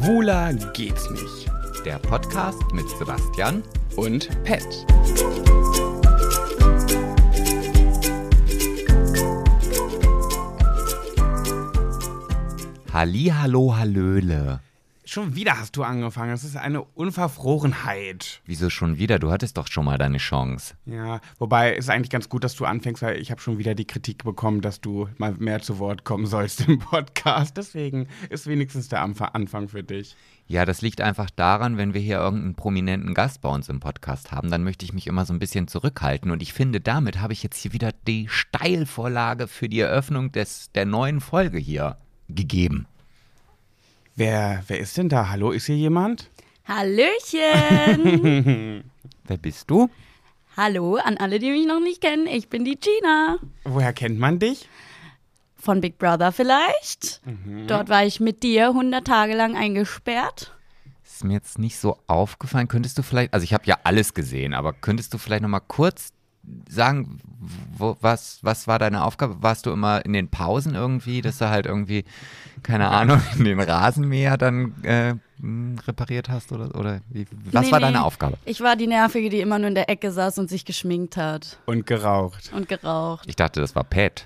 Schwuler geht's nicht. Der Podcast mit Sebastian Und Pet. Hallihallo, hallöle. Schon wieder hast du angefangen. Das ist eine Unverfrorenheit. Wieso schon wieder? Du hattest doch schon mal deine Chance. Ja, wobei es ist eigentlich ganz gut, dass du anfängst, weil ich habe schon wieder die Kritik bekommen, dass du mal mehr zu Wort kommen sollst im Podcast. Deswegen ist wenigstens der Anfang für dich. Ja, das liegt einfach daran, wenn wir hier irgendeinen prominenten Gast bei uns im Podcast haben, dann möchte ich mich immer so ein bisschen zurückhalten. Und ich finde, damit habe ich jetzt hier wieder die Steilvorlage für die Eröffnung der neuen Folge hier gegeben. Wer ist denn da? Hallo, ist hier jemand? Hallöchen! Wer bist du? Hallo an alle, die mich noch nicht kennen. Ich bin die Gina. Woher kennt man dich? Von Big Brother vielleicht. Dort war ich mit dir 100 Tage lang eingesperrt. Ist mir jetzt nicht so aufgefallen. Könntest du vielleicht, also ich habe ja alles gesehen, aber könntest du vielleicht noch mal kurz sagen, was war deine Aufgabe? Warst du immer in den Pausen irgendwie, dass du halt irgendwie, keine Ahnung, den Rasenmäher dann repariert hast oder wie? Was war deine Aufgabe? Ich war die Nervige, die immer nur in der Ecke saß und sich geschminkt hat. Und geraucht. Ich dachte, das war Pat.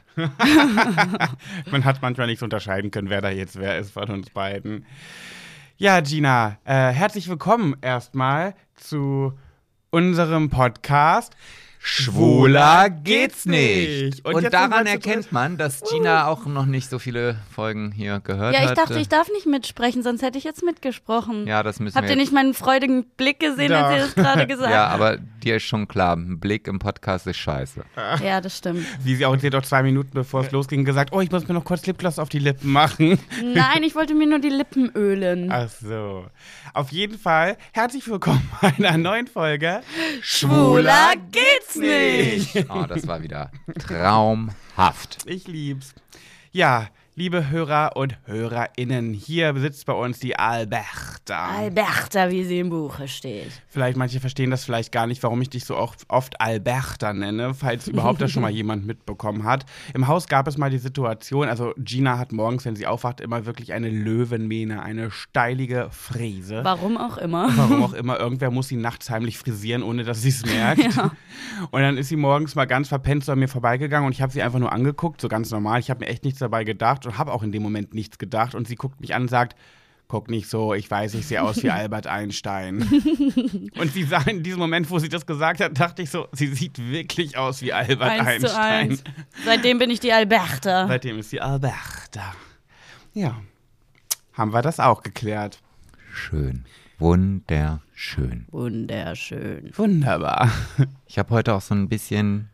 Man hat manchmal nicht so unterscheiden können, wer da jetzt wer ist von uns beiden. Ja, Gina, herzlich willkommen erstmal zu unserem Podcast. Schwuler geht's nicht. Und jetzt daran erkennt man, dass Gina auch noch nicht so viele Folgen hier gehört hat. Ja, ich dachte, ich darf nicht mitsprechen, sonst hätte ich jetzt mitgesprochen. Ja, das müssen Habt wir ihr nicht meinen freudigen Blick gesehen, als ihr das gerade gesagt Ja, habt? aber dir ist schon klar, ein Blick im Podcast ist scheiße. Ja, das stimmt. Sie hat auch 2 Minuten bevor es losging gesagt, oh, ich muss mir noch kurz Lipgloss auf die Lippen machen. Nein, ich wollte mir nur die Lippen ölen. Ach so. Auf jeden Fall, herzlich willkommen bei einer neuen Folge Schwuler geht's nicht. Oh, das war wieder traumhaft. Ich lieb's. Ja, liebe Hörer und HörerInnen, hier sitzt bei uns die Alberta. Alberta, wie sie im Buche steht. Vielleicht manche verstehen das vielleicht gar nicht, warum ich dich so oft Alberta nenne, falls überhaupt das schon mal jemand mitbekommen hat. Im Haus gab es mal die Situation, also Gina hat morgens, wenn sie aufwacht, immer wirklich eine Löwenmähne, eine steilige Fräse. Warum auch immer. Warum auch immer, irgendwer muss sie nachts heimlich frisieren, ohne dass sie es merkt. Ja. Und dann ist sie morgens mal ganz verpennt so an mir vorbeigegangen und ich habe sie einfach nur angeguckt, so ganz normal. Ich habe mir echt nichts dabei gedacht und habe auch in dem Moment nichts gedacht. Und sie guckt mich an und sagt, guck nicht so, ich weiß, ich sehe aus wie Albert Einstein. Und sie sah in diesem Moment, wo sie das gesagt hat, dachte ich so, sie sieht wirklich aus wie Albert 1:1. Einstein. Seitdem bin ich die Alberta. Seitdem ist sie Alberta. Ja, haben wir das auch geklärt. Schön. Wunderschön. Wunderschön. Wunderbar. Ich habe heute auch so ein bisschen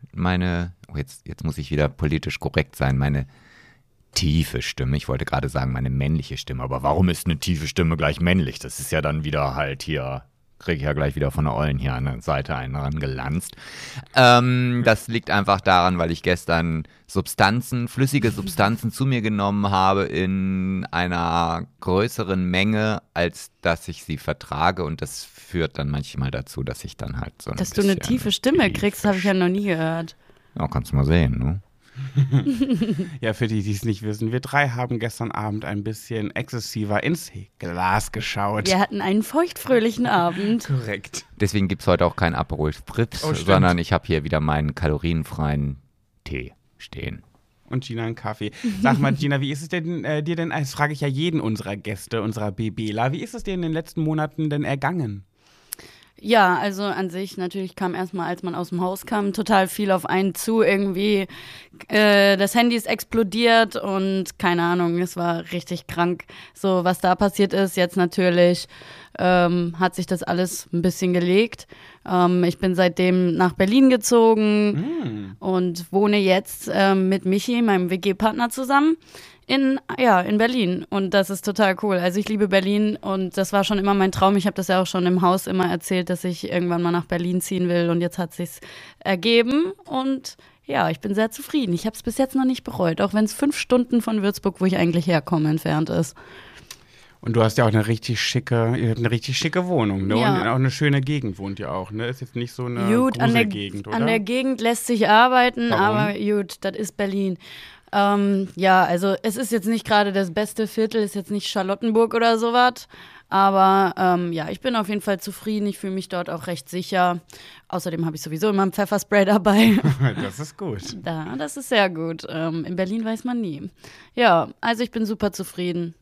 jetzt muss ich wieder politisch korrekt sein, meine tiefe Stimme. Ich wollte gerade sagen, meine männliche Stimme. Aber warum ist eine tiefe Stimme gleich männlich? Das ist ja dann wieder halt hier, kriege ich ja gleich wieder von der Ollen hier an der Seite einen rangelanzt. Das liegt einfach daran, weil ich gestern flüssige Substanzen zu mir genommen habe in einer größeren Menge, als dass ich sie vertrage. Und das führt dann manchmal dazu, dass ich dann halt so ein Dass bisschen du eine tiefe Stimme kriegst, habe ich ja noch nie gehört. Ja, kannst du mal sehen, ne? Ja, für die, die es nicht wissen, wir 3 haben gestern Abend ein bisschen exzessiver ins Glas geschaut. Wir hatten einen feuchtfröhlichen Abend. Korrekt. Deswegen gibt es heute auch kein Aperol Spritz, Oh, stimmt. sondern ich habe hier wieder meinen kalorienfreien Tee stehen. Und Gina einen Kaffee. Sag mal, Gina, wie ist es denn dir denn, das frage ich ja jeden unserer Gäste, unserer BBler, wie ist es dir in den letzten Monaten denn ergangen? Ja, also an sich natürlich kam erstmal, als man aus dem Haus kam, total viel auf einen zu. Irgendwie das Handy ist explodiert und keine Ahnung, es war richtig krank. So, was da passiert ist, jetzt natürlich hat sich das alles ein bisschen gelegt. Ich bin seitdem nach Berlin gezogen und wohne jetzt mit Michi, meinem WG-Partner, zusammen. In Berlin und das ist total cool. Also ich liebe Berlin und das war schon immer mein Traum. Ich habe das ja auch schon im Haus immer erzählt, dass ich irgendwann mal nach Berlin ziehen will und jetzt hat sich's ergeben und ja, ich bin sehr zufrieden. Ich habe es bis jetzt noch nicht bereut, auch wenn es 5 Stunden von Würzburg, wo ich eigentlich herkomme, entfernt ist. Und du hast ja auch eine richtig schicke Wohnung, ne? Ja. Und auch eine schöne Gegend wohnt ihr auch, ne? Ist jetzt nicht so eine Gut, Gruselgegend, oder? an der Gegend lässt sich arbeiten, Warum? aber gut, das ist Berlin. Ja, also es ist jetzt nicht gerade das beste Viertel, ist jetzt nicht Charlottenburg oder sowas. Aber ja, ich bin auf jeden Fall zufrieden. Ich fühle mich dort auch recht sicher. Außerdem habe ich sowieso immer ein Pfefferspray dabei. Das ist gut. Das ist sehr gut. In Berlin weiß man nie. Ja, also ich bin super zufrieden.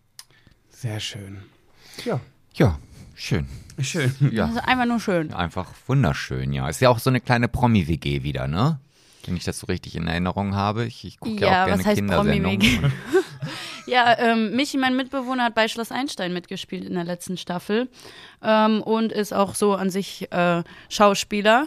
Sehr schön. Ja. Ja, schön. Schön. Ja, Also einfach nur schön. einfach wunderschön, ja. Ist ja auch so eine kleine Promi-WG wieder, ne? Wenn ich das so richtig in Erinnerung habe. Ich gucke ja auch gerne was heißt Kindersendungen. Promi-WG? Ja, Michi, mein Mitbewohner, hat bei Schloss Einstein mitgespielt in der letzten Staffel und ist auch so an sich Schauspieler.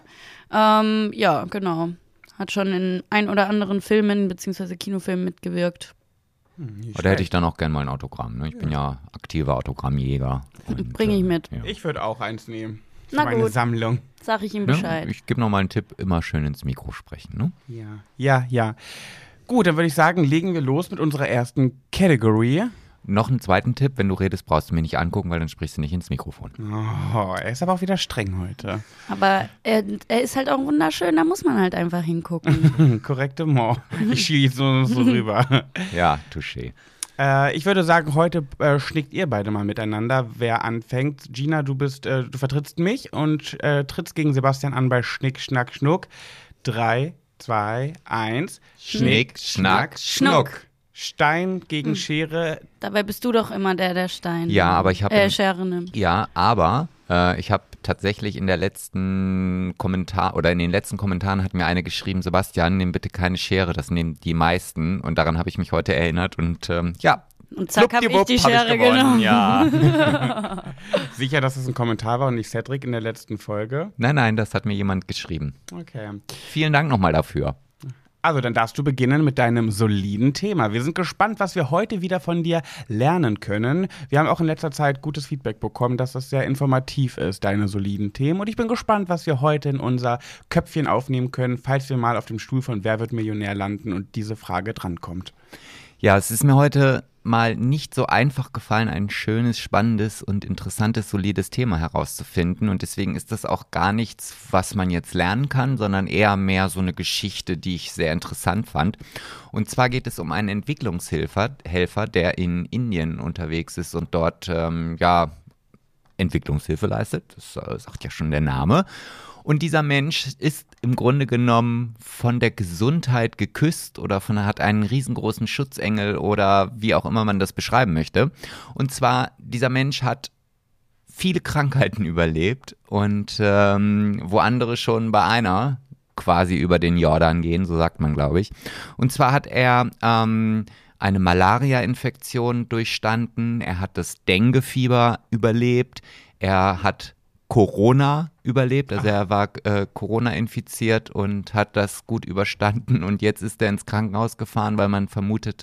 Ja, genau. Hat schon in ein oder anderen Filmen bzw. Kinofilmen mitgewirkt. Oder hätte ich dann auch gerne mal ein Autogramm, ne? Ich bin ja aktiver Autogrammjäger. Und, Bring ich mit. Ja. Ich würde auch eins nehmen. Für Na meine gut. Sammlung. Sag ich ihm Ne? Bescheid. Ich gebe noch mal einen Tipp, immer schön ins Mikro sprechen, ne? Ja. Gut, dann würde ich sagen, legen wir los mit unserer ersten Category. Noch einen zweiten Tipp, wenn du redest, brauchst du mir nicht angucken, weil dann sprichst du nicht ins Mikrofon. Oh, er ist aber auch wieder streng heute. Aber er ist halt auch wunderschön, da muss man halt einfach hingucken. Korrektement. Ich schiele jetzt so rüber. Ja, touché. Ich würde sagen, heute schnickt ihr beide mal miteinander, wer anfängt. Gina, du vertrittst mich und trittst gegen Sebastian an bei Schnick, Schnack, Schnuck. 3, 2, 1. Schnick, Schnack, Schnuck. Stein gegen Schere. Dabei bist du doch immer der Stein Ja, aber ich habe Schere nimmt. Ja, aber ich habe tatsächlich in den letzten Kommentaren hat mir eine geschrieben, Sebastian, nimm bitte keine Schere, das nehmen die meisten. Und daran habe ich mich heute erinnert und ja. Und zack, habe ich die Schwuppdiwupp, Schere hab ich gewonnen, genommen. Ja. Sicher, dass es ein Kommentar war und nicht Cedric in der letzten Folge? Nein, das hat mir jemand geschrieben. Okay. Vielen Dank nochmal dafür. Also, dann darfst du beginnen mit deinem soliden Thema. Wir sind gespannt, was wir heute wieder von dir lernen können. Wir haben auch in letzter Zeit gutes Feedback bekommen, dass das sehr informativ ist, deine soliden Themen. Und ich bin gespannt, was wir heute in unser Köpfchen aufnehmen können, falls wir mal auf dem Stuhl von Wer wird Millionär landen und diese Frage drankommt. Ja, es ist mir heute mal nicht so einfach gefallen, ein schönes, spannendes und interessantes, solides Thema herauszufinden. Und deswegen ist das auch gar nichts, was man jetzt lernen kann, sondern eher mehr so eine Geschichte, die ich sehr interessant fand. Und zwar geht es um einen Entwicklungshelfer, der in Indien unterwegs ist und dort Entwicklungshilfe leistet. Das sagt ja schon der Name. Und dieser Mensch ist im Grunde genommen von der Gesundheit geküsst oder hat einen riesengroßen Schutzengel oder wie auch immer man das beschreiben möchte. Und zwar, dieser Mensch hat viele Krankheiten überlebt und wo andere schon bei einer quasi über den Jordan gehen, so sagt man, glaube ich. Und zwar hat er eine Malaria-Infektion durchstanden, er hat das Dengue-Fieber überlebt, er hat Corona überlebt, also er war Corona infiziert und hat das gut überstanden und jetzt ist er ins Krankenhaus gefahren, weil man vermutet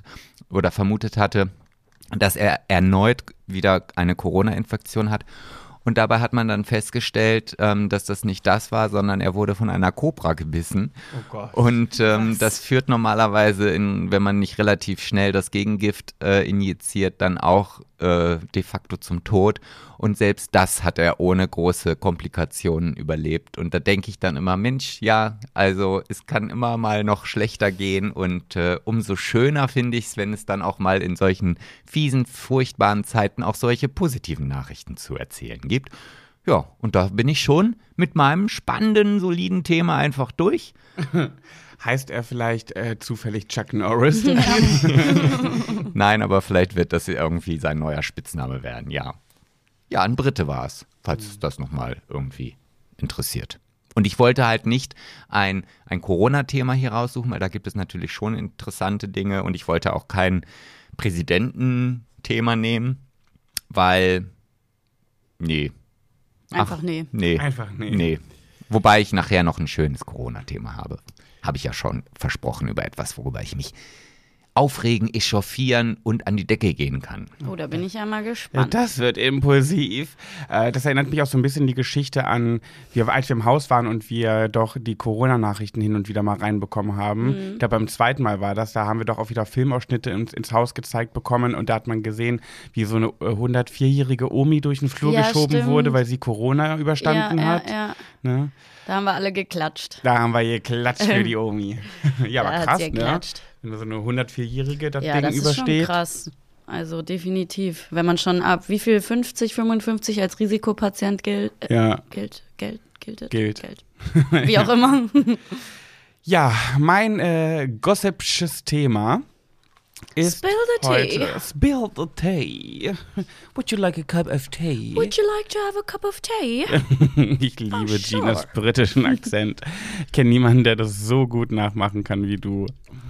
hatte, dass er erneut wieder eine Corona-Infektion hat. Und dabei hat man dann festgestellt, dass das nicht das war, sondern er wurde von einer Kobra gebissen. Oh Gott. Und das führt normalerweise, wenn man nicht relativ schnell das Gegengift injiziert, dann auch de facto zum Tod. Und selbst das hat er ohne große Komplikationen überlebt. Und da denke ich dann immer, Mensch, ja, also es kann immer mal noch schlechter gehen. Und umso schöner finde ich es, wenn es dann auch mal in solchen fiesen, furchtbaren Zeiten auch solche positiven Nachrichten zu erzählen gibt. Ja, und da bin ich schon mit meinem spannenden, soliden Thema einfach durch. Heißt er vielleicht zufällig Chuck Norris? Nein, aber vielleicht wird das irgendwie sein neuer Spitzname werden, ja. Ja, ein Brite war es, falls das nochmal irgendwie interessiert. Und ich wollte halt nicht ein Corona-Thema hier raussuchen, weil da gibt es natürlich schon interessante Dinge und ich wollte auch kein Präsidententhema nehmen, weil, nee. Einfach nee. Einfach nee. Nee. Wobei ich nachher noch ein schönes Corona-Thema habe. Habe ich ja schon versprochen über etwas, worüber ich mich aufregen, echauffieren und an die Decke gehen kann. Oh, da bin ich ja mal Ja, gespannt. das wird impulsiv. Das erinnert mich auch so ein bisschen die Geschichte an, als wir im Haus waren und wir doch die Corona-Nachrichten hin und wieder mal reinbekommen haben. Ich glaube, beim zweiten Mal war das, da haben wir doch auch wieder Filmausschnitte ins Haus gezeigt bekommen und da hat man gesehen, wie so eine 104-jährige Omi durch den Flur geschoben stimmt. wurde, weil sie Corona überstanden hat. Ja. Ne? Da haben wir alle geklatscht. Da haben wir geklatscht für die Omi. Ja, Da aber hat krass, sie ne? geklatscht. Wenn da so eine 104-Jährige das Ja, Ding das ist schon übersteht. krass. Also definitiv. Wenn man schon ab wie viel 50, 55 als Risikopatient gilt. Gilt. Wie auch immer. Ja, mein gossipsches Thema ist Spill the tea. heute Spill the tea. Would you like a cup of tea? Would you like to have a cup of tea? Ich liebe Oh, sure. Ginas britischen Akzent. Ich kenne niemanden, der das so gut nachmachen kann wie du.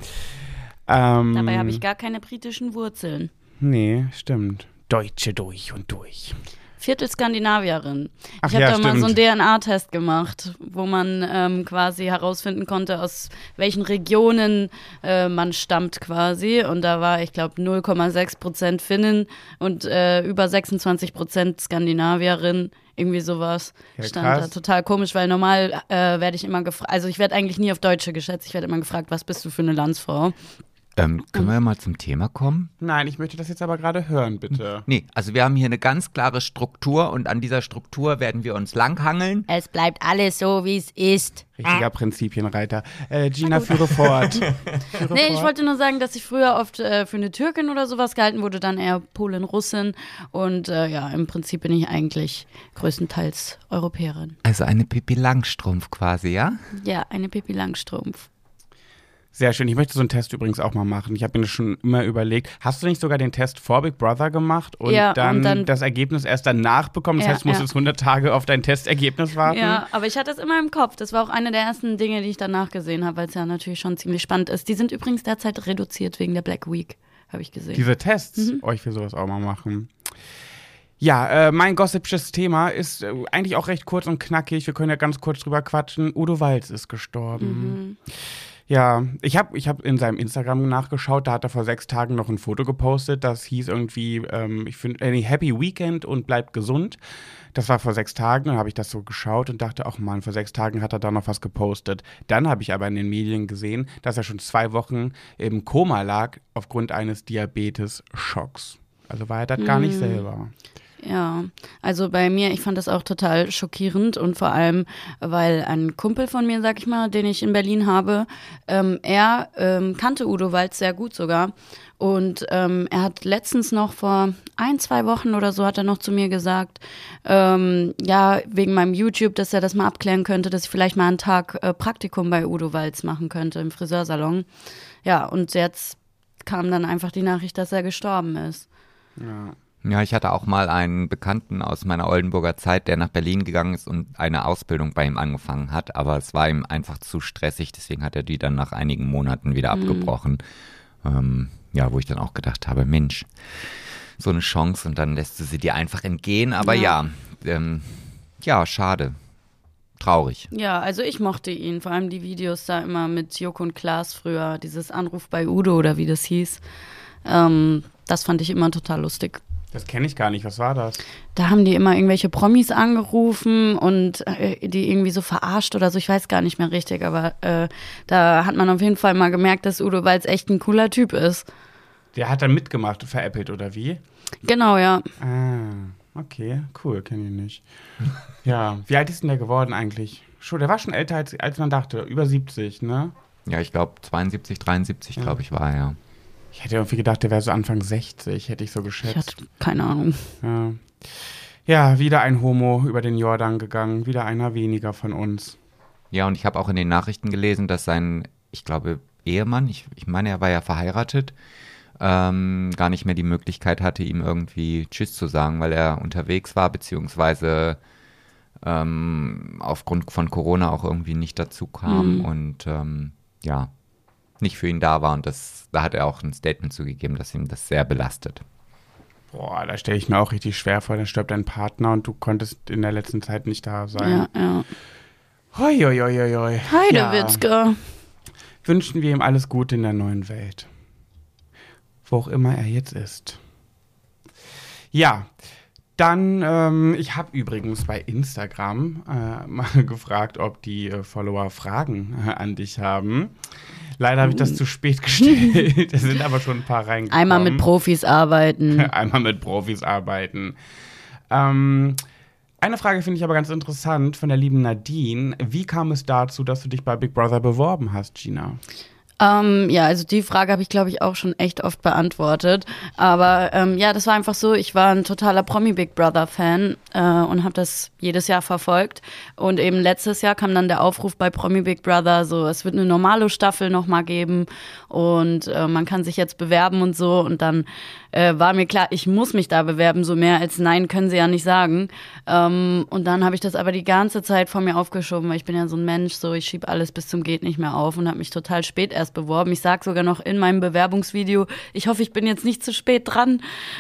Dabei habe ich gar keine britischen Wurzeln. Nee, stimmt. Deutsche durch und durch. Viertel-Skandinavierin. Ach Ich habe ja, da mal so einen stimmt. DNA-Test gemacht, wo man quasi herausfinden konnte, aus welchen Regionen man stammt quasi. Und da war, ich glaube, 0,6% Finnen und über 26% Skandinavierin. Irgendwie sowas Ja, stand da. krass. Total komisch, weil normal werde ich immer gefragt, also ich werde eigentlich nie auf Deutsche geschätzt, ich werde immer gefragt, was bist du für eine Landsfrau? Können wir mal zum Thema kommen? Nein, ich möchte das jetzt aber gerade hören, bitte. Nee, also wir haben hier eine ganz klare Struktur und an dieser Struktur werden wir uns langhangeln. Es bleibt alles so, wie es ist. Richtiger Prinzipienreiter. Gina, führe fort. Nee, ich wollte nur sagen, dass ich früher oft für eine Türkin oder sowas gehalten wurde, dann eher Polin, Russin. Und ja, im Prinzip bin ich eigentlich größtenteils Europäerin. Also eine Pippi Langstrumpf quasi, ja? Ja, eine Pippi Langstrumpf. Sehr schön. Ich möchte so einen Test übrigens auch mal machen. Ich habe mir das schon immer überlegt. Hast du nicht sogar den Test vor Big Brother gemacht und, Ja, dann, und dann das Ergebnis erst danach bekommen? Das Ja, heißt, du musstest 100 Tage auf dein Testergebnis warten? Ja, aber ich hatte das immer im Kopf. Das war auch eine der ersten Dinge, die ich danach gesehen habe, weil es ja natürlich schon ziemlich spannend ist. Die sind übrigens derzeit reduziert wegen der Black Week, habe ich gesehen. Diese Tests? Oh, ich will sowas auch mal machen. Ja, mein gossipsches Thema ist eigentlich auch recht kurz und knackig. Wir können ja ganz kurz drüber quatschen. Udo Walz ist gestorben. Ja, ich hab in seinem Instagram nachgeschaut, da hat er vor 6 Tagen noch ein Foto gepostet, das hieß irgendwie, Happy Weekend und bleibt gesund. Das war vor 6 Tagen, dann habe ich das so geschaut und dachte, ach man, vor 6 Tagen hat er da noch was gepostet. Dann habe ich aber in den Medien gesehen, dass er schon 2 Wochen im Koma lag aufgrund eines Diabetes-Schocks. Also war er das gar nicht selber. Ja, also bei mir, ich fand das auch total schockierend und vor allem, weil ein Kumpel von mir, sag ich mal, den ich in Berlin habe, er kannte Udo Walz sehr gut sogar und er hat letztens noch vor 1-2 Wochen oder so hat er noch zu mir gesagt, ja, wegen meinem YouTube, dass er das mal abklären könnte, dass ich vielleicht mal einen Tag Praktikum bei Udo Walz machen könnte im Friseursalon. Ja, und jetzt kam dann einfach die Nachricht, dass er gestorben ist. Ja. Ja, ich hatte auch mal einen Bekannten aus meiner Oldenburger Zeit, der nach Berlin gegangen ist und eine Ausbildung bei ihm angefangen hat, aber es war ihm einfach zu stressig, deswegen hat er die dann nach einigen Monaten wieder abgebrochen. Ja, wo ich dann auch gedacht habe, Mensch, so eine Chance und dann lässt du sie dir einfach entgehen, aber ja, schade. Traurig. Ja, also ich mochte ihn, vor allem die Videos da immer mit Joko und Klaas früher, dieses Anruf bei Udo oder wie das hieß, das fand ich immer total lustig. Das kenne ich gar nicht. Was war das? Da haben die immer irgendwelche Promis angerufen und die irgendwie so verarscht oder so, ich weiß gar nicht mehr richtig, aber da hat man auf jeden Fall mal gemerkt, dass Udo Walz echt ein cooler Typ ist. Der hat dann mitgemacht, veräppelt oder wie? Genau, ja. Ah, okay, cool, kenne ich nicht. Ja, wie alt ist denn der geworden eigentlich? Schon, der war schon älter, als man dachte, über 70, ne? Ja, ich glaube 72, 73, glaube ich, war er, ja. Ich hätte irgendwie gedacht, der wäre so Anfang 60, hätte ich so geschätzt. Ich hatte keine Ahnung. Ja, wieder ein Homo über den Jordan gegangen, wieder einer weniger von uns. Ja, und ich habe auch in den Nachrichten gelesen, dass sein, ich glaube, Ehemann, ich meine, er war ja verheiratet, gar nicht mehr die Möglichkeit hatte, ihm irgendwie Tschüss zu sagen, weil er unterwegs war, beziehungsweise aufgrund von Corona auch irgendwie nicht dazu kam und ja, nicht für ihn da war. Und da hat er auch ein Statement zugegeben, dass ihm das sehr belastet. Boah, da stelle ich mir auch richtig schwer vor, dann stirbt dein Partner und du konntest in der letzten Zeit nicht da sein. Ja. Hoi, hoi, hoi, hoi, hoi. Heidewitzke. Wünschen wir ihm alles Gute in der neuen Welt. Wo auch immer er jetzt ist. Ja, dann, ich habe übrigens bei Instagram mal gefragt, ob die Follower Fragen an dich haben. Leider habe ich das zu spät gestellt. Es sind aber schon ein paar reingekommen. Einmal mit Profis arbeiten. Einmal mit Profis arbeiten. Eine Frage finde ich aber ganz interessant von der lieben Nadine. Wie kam es dazu, dass du dich bei Big Brother beworben hast, Gina? Ja, also die Frage habe ich, glaube ich, auch schon echt oft beantwortet. Aber ja, das war einfach so, ich war ein totaler Promi-Big Brother-Fan und habe das jedes Jahr verfolgt. Und eben letztes Jahr kam dann der Aufruf bei Promi Big Brother, so es wird eine normale Staffel nochmal geben und man kann sich jetzt bewerben und so. Und dann war mir klar, ich muss mich da bewerben, so mehr als nein können sie ja nicht sagen. Und dann habe ich das aber die ganze Zeit vor mir aufgeschoben, weil ich bin ja so ein Mensch, so ich schiebe alles bis zum geht nicht mehr auf und habe mich total spät erst beworben. Ich sage sogar noch in meinem Bewerbungsvideo, ich hoffe, ich bin jetzt nicht zu spät dran.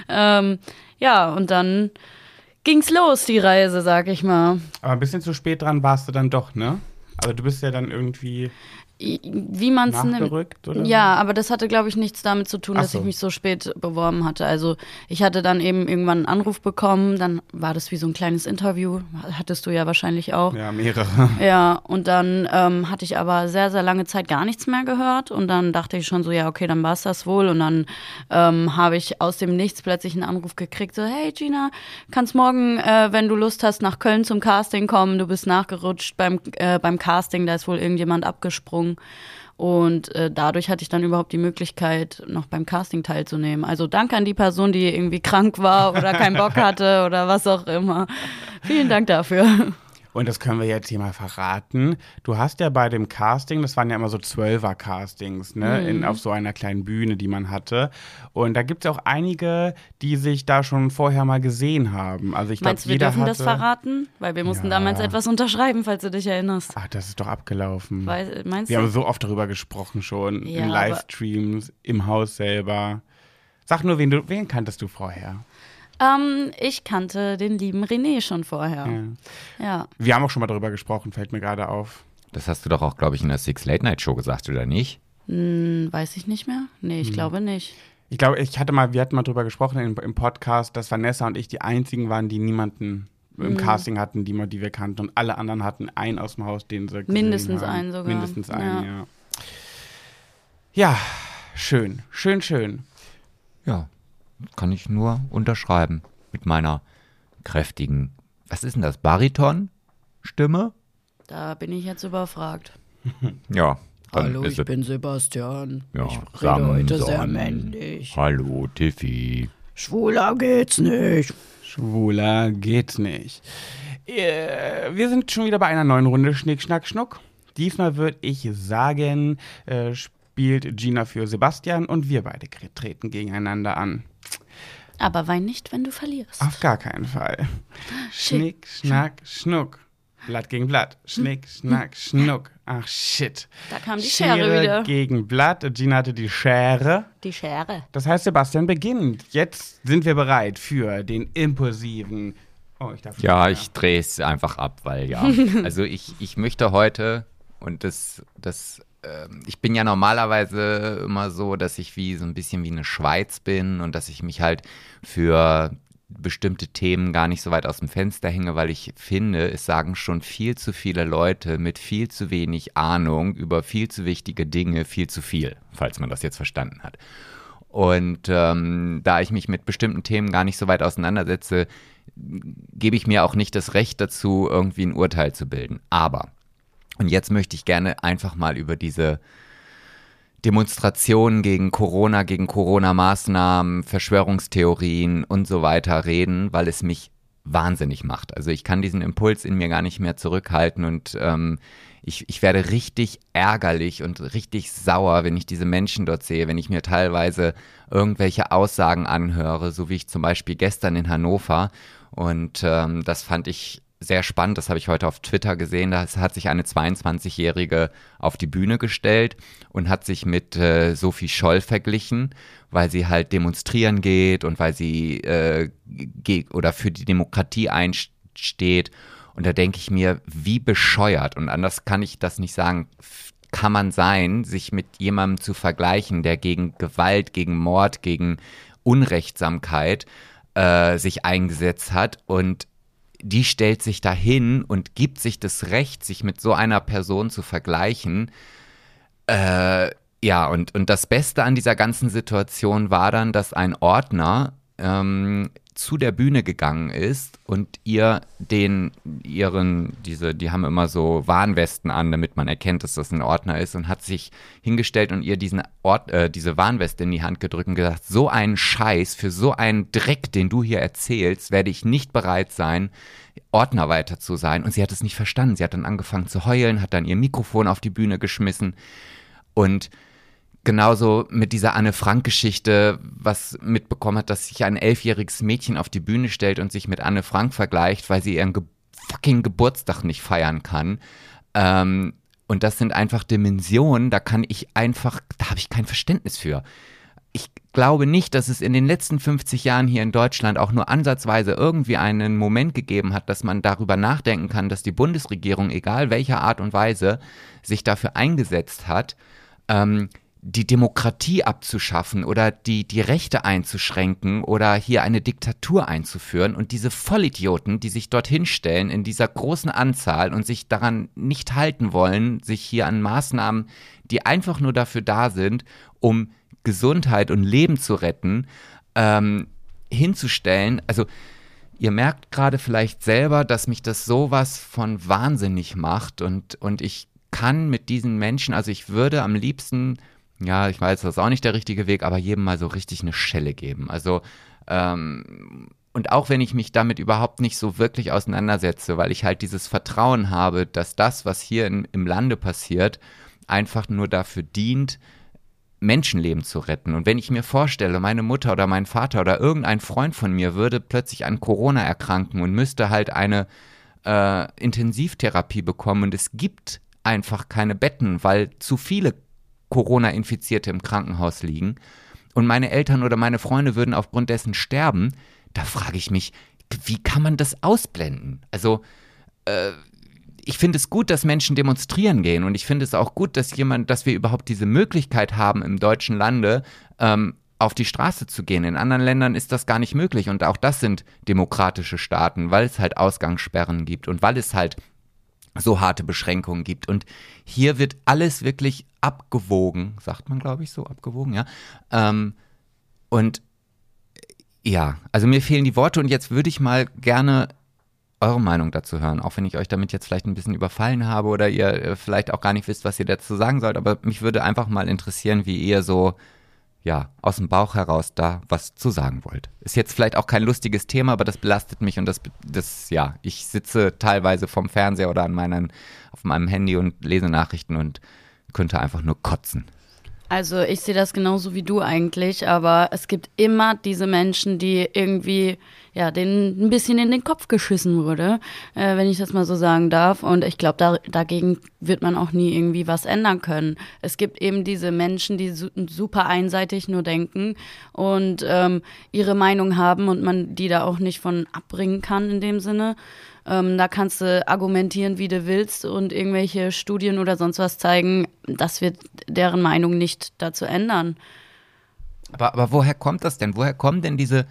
Ja, und dann ging's los, die Reise, sag ich mal. Aber ein bisschen zu spät dran warst du dann doch, ne? Also du bist ja dann irgendwie wie man es nimmt. nachgerückt, oder? Ja, aber das hatte, glaube ich, nichts damit zu tun, Ach dass so. ich mich so spät beworben hatte. Also ich hatte dann eben irgendwann einen Anruf bekommen, dann war das wie so ein kleines Interview, hattest du ja wahrscheinlich auch. Ja, mehrere. Ja, und dann hatte ich aber sehr, sehr lange Zeit gar nichts mehr gehört und dann dachte ich schon so, ja, okay, dann war es das wohl und dann habe ich aus dem Nichts plötzlich einen Anruf gekriegt, so, hey Gina, kannst morgen, wenn du Lust hast, nach Köln zum Casting kommen, du bist nachgerutscht beim Casting, da ist wohl irgendjemand abgesprungen und dadurch hatte ich dann überhaupt die Möglichkeit, noch beim Casting teilzunehmen. Also danke an die Person, die irgendwie krank war oder keinen Bock hatte oder was auch immer. Vielen Dank dafür. Und das können wir jetzt hier mal verraten. Du hast ja bei dem Casting, das waren ja immer so 12er-Castings, ne, auf so einer kleinen Bühne, die man hatte. Und da gibt es auch einige, die sich da schon vorher mal gesehen haben. Also ich glaube, Meinst du, wir jeder dürfen hatte, das verraten? Weil wir mussten Ja. damals etwas unterschreiben, falls du dich erinnerst. Ach, das ist doch abgelaufen. Meinst Wir du? haben so oft darüber gesprochen schon, Ja, in Livestreams, im Haus selber. Sag nur, wen kanntest du vorher? Ich kannte den lieben René schon vorher. Ja. Wir haben auch schon mal darüber gesprochen, fällt mir gerade auf. Das hast du doch auch, glaube ich, in der Six Late Night Show gesagt, oder nicht? Weiß ich nicht mehr? Nee, ich glaube nicht. Ich glaube, wir hatten mal drüber gesprochen im Podcast, dass Vanessa und ich die einzigen waren, die niemanden im Casting hatten, die wir kannten. Und alle anderen hatten einen aus dem Haus, den sie gesehen Mindestens haben. einen sogar. Mindestens einen, Ja. Ja, schön, schön, schön. Ja, kann ich nur unterschreiben mit meiner kräftigen, was ist denn das, Bariton-Stimme? Da bin ich jetzt überfragt. Ja. dann Hallo, ist ich es- bin Sebastian. Ja, ich rede heute Samson. sehr männlich. Hallo, Tiffy. Schwuler geht's nicht. Schwuler geht's nicht. Wir sind schon wieder bei einer neuen Runde Schnick, Schnack, Schnuck. Diesmal würde ich sagen, spielt Gina für Sebastian und wir beide treten gegeneinander an. Aber wein nicht, wenn du verlierst. Auf gar keinen Fall. Schnick, Schnack, Schnuck. Blatt gegen Blatt. Schnick, Schnack, Schnuck. Ach, shit. Da kam die Schere wieder. Gegen Blatt. Gina hatte die Schere. Die Schere. Das heißt, Sebastian beginnt. Jetzt sind wir bereit für den impulsiven. Oh, ich darf Ja, nicht ich drehe es einfach ab, weil ja. Also ich möchte heute, und ich bin ja normalerweise immer so, dass ich so ein bisschen wie eine Schweiz bin und dass ich mich halt für bestimmte Themen gar nicht so weit aus dem Fenster hänge, weil ich finde, es sagen schon viel zu viele Leute mit viel zu wenig Ahnung über viel zu wichtige Dinge viel zu viel, falls man das jetzt verstanden hat. Und da ich mich mit bestimmten Themen gar nicht so weit auseinandersetze, gebe ich mir auch nicht das Recht dazu, irgendwie ein Urteil zu bilden. Aber, und jetzt möchte ich gerne einfach mal über diese Demonstrationen gegen Corona-Maßnahmen, Verschwörungstheorien und so weiter reden, weil es mich wahnsinnig macht. Also ich kann diesen Impuls in mir gar nicht mehr zurückhalten und ich werde richtig ärgerlich und richtig sauer, wenn ich diese Menschen dort sehe, wenn ich mir teilweise irgendwelche Aussagen anhöre, so wie ich zum Beispiel gestern in Hannover. Und das fand ich sehr spannend, das habe ich heute auf Twitter gesehen, da hat sich eine 22-Jährige auf die Bühne gestellt und hat sich mit Sophie Scholl verglichen, weil sie halt demonstrieren geht und weil sie oder für die Demokratie einsteht. Und da denke ich mir, wie bescheuert, und anders kann ich das nicht sagen, kann man sein, sich mit jemandem zu vergleichen, der gegen Gewalt, gegen Mord, gegen Unrechtsamkeit sich eingesetzt hat, und die stellt sich dahin und gibt sich das Recht, sich mit so einer Person zu vergleichen. Ja, und das Beste an dieser ganzen Situation war dann, dass ein Ordner zu der Bühne gegangen ist und die haben immer so Warnwesten an, damit man erkennt, dass das ein Ordner ist, und hat sich hingestellt und ihr diese Warnweste in die Hand gedrückt und gesagt, so einen Scheiß, für so einen Dreck, den du hier erzählst, werde ich nicht bereit sein, Ordner weiter zu sein. Und sie hat es nicht verstanden. Sie hat dann angefangen zu heulen, hat dann ihr Mikrofon auf die Bühne geschmissen und genauso mit dieser Anne-Frank-Geschichte, was mitbekommen hat, dass sich ein 11-jähriges Mädchen auf die Bühne stellt und sich mit Anne Frank vergleicht, weil sie ihren fucking Geburtstag nicht feiern kann. Und das sind einfach Dimensionen, da habe ich kein Verständnis für. Ich glaube nicht, dass es in den letzten 50 Jahren hier in Deutschland auch nur ansatzweise irgendwie einen Moment gegeben hat, dass man darüber nachdenken kann, dass die Bundesregierung, egal welcher Art und Weise, sich dafür eingesetzt hat, die Demokratie abzuschaffen oder die Rechte einzuschränken oder hier eine Diktatur einzuführen. Und diese Vollidioten, die sich dorthin stellen in dieser großen Anzahl und sich daran nicht halten wollen, sich hier an Maßnahmen, die einfach nur dafür da sind, um Gesundheit und Leben zu retten, hinzustellen. Also ihr merkt gerade vielleicht selber, dass mich das sowas von wahnsinnig macht und ich kann mit diesen Menschen, also ich würde am liebsten, ja, ich weiß, das ist auch nicht der richtige Weg, aber jedem mal so richtig eine Schelle geben. Also, und auch wenn ich mich damit überhaupt nicht so wirklich auseinandersetze, weil ich halt dieses Vertrauen habe, dass das, was hier im Lande passiert, einfach nur dafür dient, Menschenleben zu retten. Und wenn ich mir vorstelle, meine Mutter oder mein Vater oder irgendein Freund von mir würde plötzlich an Corona erkranken und müsste halt eine Intensivtherapie bekommen und es gibt einfach keine Betten, weil zu viele Corona-Infizierte im Krankenhaus liegen und meine Eltern oder meine Freunde würden aufgrund dessen sterben, da frage ich mich, wie kann man das ausblenden? Also ich finde es gut, dass Menschen demonstrieren gehen und ich finde es auch gut, dass wir überhaupt diese Möglichkeit haben, im deutschen Lande auf die Straße zu gehen. In anderen Ländern ist das gar nicht möglich und auch das sind demokratische Staaten, weil es halt Ausgangssperren gibt und weil es halt so harte Beschränkungen gibt. Und hier wird alles wirklich abgewogen, sagt man, glaube ich, so, abgewogen, ja. Und ja, also mir fehlen die Worte und jetzt würde ich mal gerne eure Meinung dazu hören, auch wenn ich euch damit jetzt vielleicht ein bisschen überfallen habe oder ihr vielleicht auch gar nicht wisst, was ihr dazu sagen sollt, aber mich würde einfach mal interessieren, wie ihr so, ja, aus dem Bauch heraus da was zu sagen wollt. Ist jetzt vielleicht auch kein lustiges Thema, aber das belastet mich und das ja, ich sitze teilweise vorm Fernseher oder auf meinem Handy und lese Nachrichten und könnte einfach nur kotzen. Also ich sehe das genauso wie du eigentlich, aber es gibt immer diese Menschen, die irgendwie, ja, denen ein bisschen in den Kopf geschissen wurde, wenn ich das mal so sagen darf. Und ich glaube, dagegen wird man auch nie irgendwie was ändern können. Es gibt eben diese Menschen, die super einseitig nur denken und ihre Meinung haben und man die da auch nicht von abbringen kann in dem Sinne. Da kannst du argumentieren, wie du willst und irgendwelche Studien oder sonst was zeigen. Das wird deren Meinung nicht dazu ändern. Aber woher kommt das denn? Woher kommen denn diese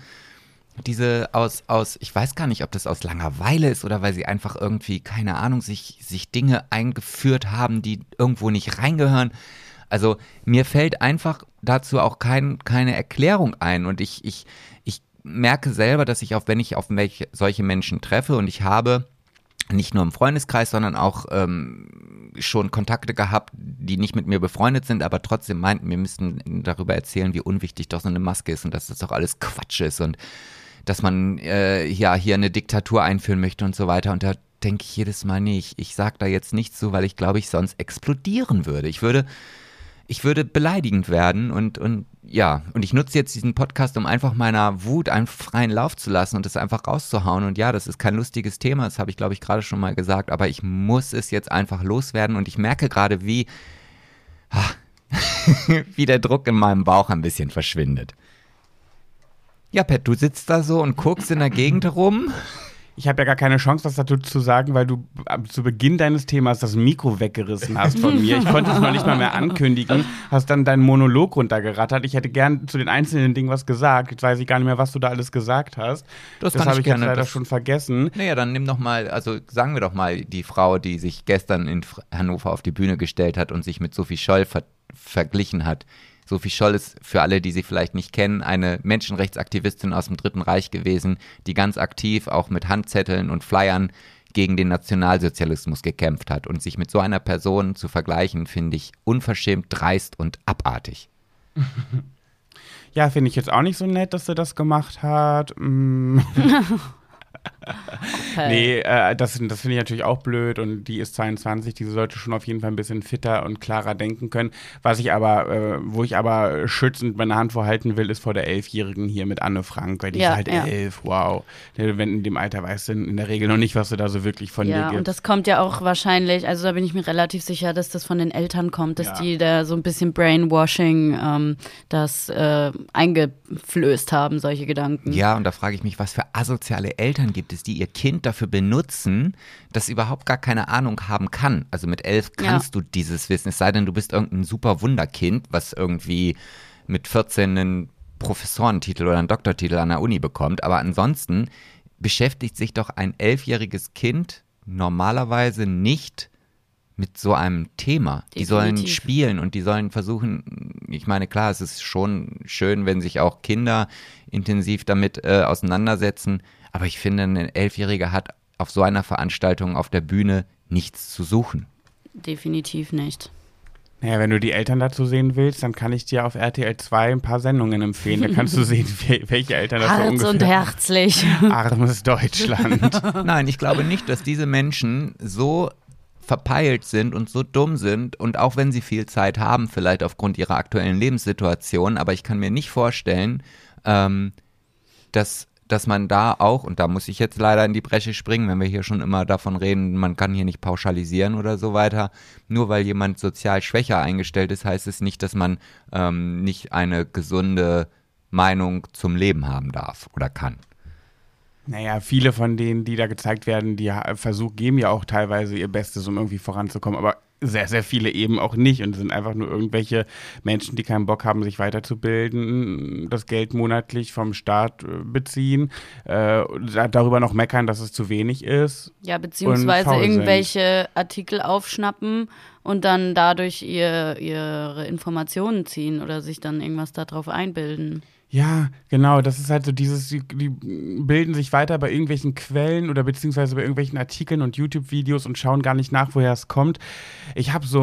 aus, ich weiß gar nicht, ob das aus Langeweile ist oder weil sie einfach irgendwie, keine Ahnung, sich Dinge eingeführt haben, die irgendwo nicht reingehören. Also mir fällt einfach dazu auch keine Erklärung ein und ich merke selber, dass wenn ich auf solche Menschen treffe und ich habe nicht nur im Freundeskreis, sondern auch schon Kontakte gehabt, die nicht mit mir befreundet sind, aber trotzdem meinten, wir müssten darüber erzählen, wie unwichtig doch so eine Maske ist und dass das doch alles Quatsch ist und dass man hier eine Diktatur einführen möchte und so weiter. Und da denke ich jedes Mal, nee, ich sage da jetzt nichts zu, weil ich glaube, ich sonst explodieren würde. Ich würde beleidigend werden und ich nutze jetzt diesen Podcast, um einfach meiner Wut einen freien Lauf zu lassen und es einfach rauszuhauen. Und ja, das ist kein lustiges Thema, das habe ich, glaube ich, gerade schon mal gesagt, aber ich muss es jetzt einfach loswerden und ich merke gerade, wie der Druck in meinem Bauch ein bisschen verschwindet. Ja, Pat, du sitzt da so und guckst in der Gegend rum. Ich habe ja gar keine Chance, was dazu zu sagen, weil du zu Beginn deines Themas das Mikro weggerissen hast von mir. Ich konnte es noch nicht mal mehr ankündigen, hast dann deinen Monolog runtergerattert. Ich hätte gern zu den einzelnen Dingen was gesagt. Jetzt weiß ich gar nicht mehr, was du da alles gesagt hast. Das habe ich jetzt leider schon vergessen. Naja, dann nimm doch mal, also sagen wir doch mal die Frau, die sich gestern in Hannover auf die Bühne gestellt hat und sich mit Sophie Scholl verglichen hat. Sophie Scholl ist, für alle, die sie vielleicht nicht kennen, eine Menschenrechtsaktivistin aus dem Dritten Reich gewesen, die ganz aktiv auch mit Handzetteln und Flyern gegen den Nationalsozialismus gekämpft hat. Und sich mit so einer Person zu vergleichen, finde ich unverschämt, dreist und abartig. Ja, finde ich jetzt auch nicht so nett, dass sie das gemacht hat. Nee, das finde ich natürlich auch blöd und die ist 22, die sollte schon auf jeden Fall ein bisschen fitter und klarer denken können. Wo ich aber schützend meine Hand vorhalten will, ist vor der 11-Jährigen hier mit Anne Frank, weil die ist halt 11, wow. Wenn in dem Alter weißt du in der Regel noch nicht, was du da so wirklich von dir gibst. Ja, und das kommt ja auch wahrscheinlich, also da bin ich mir relativ sicher, dass das von den Eltern kommt, dass die da so ein bisschen Brainwashing das eingeflößt haben, solche Gedanken. Ja, und da frage ich mich, was für asoziale Eltern gibt es, die ihr Kind dafür benutzen, das überhaupt gar keine Ahnung haben kann. Also mit 11 kannst du dieses wissen, es sei denn, du bist irgendein super Wunderkind, was irgendwie mit 14 einen Professorentitel oder einen Doktortitel an der Uni bekommt. Aber ansonsten beschäftigt sich doch ein 11-jähriges Kind normalerweise nicht mit so einem Thema. Definitiv. Die sollen spielen und die sollen versuchen, ich meine, klar, es ist schon schön, wenn sich auch Kinder intensiv damit auseinandersetzen, aber ich finde, ein 11-Jähriger hat auf so einer Veranstaltung auf der Bühne nichts zu suchen. Definitiv nicht. Naja, wenn du die Eltern dazu sehen willst, dann kann ich dir auf RTL 2 ein paar Sendungen empfehlen. Da kannst du sehen, welche Eltern das so Hart ungefähr... und herzlich. Armes Deutschland. Nein, ich glaube nicht, dass diese Menschen so verpeilt sind und so dumm sind und auch wenn sie viel Zeit haben, vielleicht aufgrund ihrer aktuellen Lebenssituation, aber ich kann mir nicht vorstellen, dass man da auch, und da muss ich jetzt leider in die Bresche springen, wenn wir hier schon immer davon reden, man kann hier nicht pauschalisieren oder so weiter, nur weil jemand sozial schwächer eingestellt ist, heißt es nicht, dass man nicht eine gesunde Meinung zum Leben haben darf oder kann. Naja, viele von denen, die da gezeigt werden, die geben ja auch teilweise ihr Bestes, um irgendwie voranzukommen, aber sehr, sehr viele eben auch nicht und sind einfach nur irgendwelche Menschen, die keinen Bock haben, sich weiterzubilden, das Geld monatlich vom Staat beziehen, darüber noch meckern, dass es zu wenig ist. Ja, beziehungsweise irgendwelche Artikel aufschnappen und dann dadurch ihre Informationen ziehen oder sich dann irgendwas darauf einbilden. Ja, genau, das ist halt so die bilden sich weiter bei irgendwelchen Quellen oder beziehungsweise bei irgendwelchen Artikeln und YouTube-Videos und schauen gar nicht nach, woher es kommt. Ich habe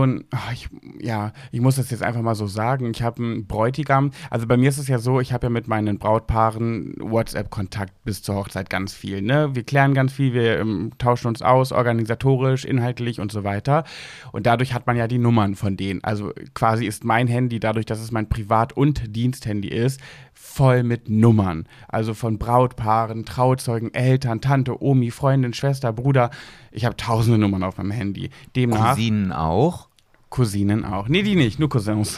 ich muss das jetzt einfach mal so sagen, ich habe einen Bräutigam, also bei mir ist es ja so, ich habe ja mit meinen Brautpaaren WhatsApp-Kontakt bis zur Hochzeit ganz viel, ne? Wir klären ganz viel, wir tauschen uns aus, organisatorisch, inhaltlich und so weiter und dadurch hat man ja die Nummern von denen, also quasi ist mein Handy, dadurch, dass es mein Privat- und Diensthandy ist, voll mit Nummern. Also von Brautpaaren, Trauzeugen, Eltern, Tante, Omi, Freundin, Schwester, Bruder. Ich habe tausende Nummern auf meinem Handy. Demnach, Cousinen auch? Cousinen auch. Nee, die nicht, nur Cousins.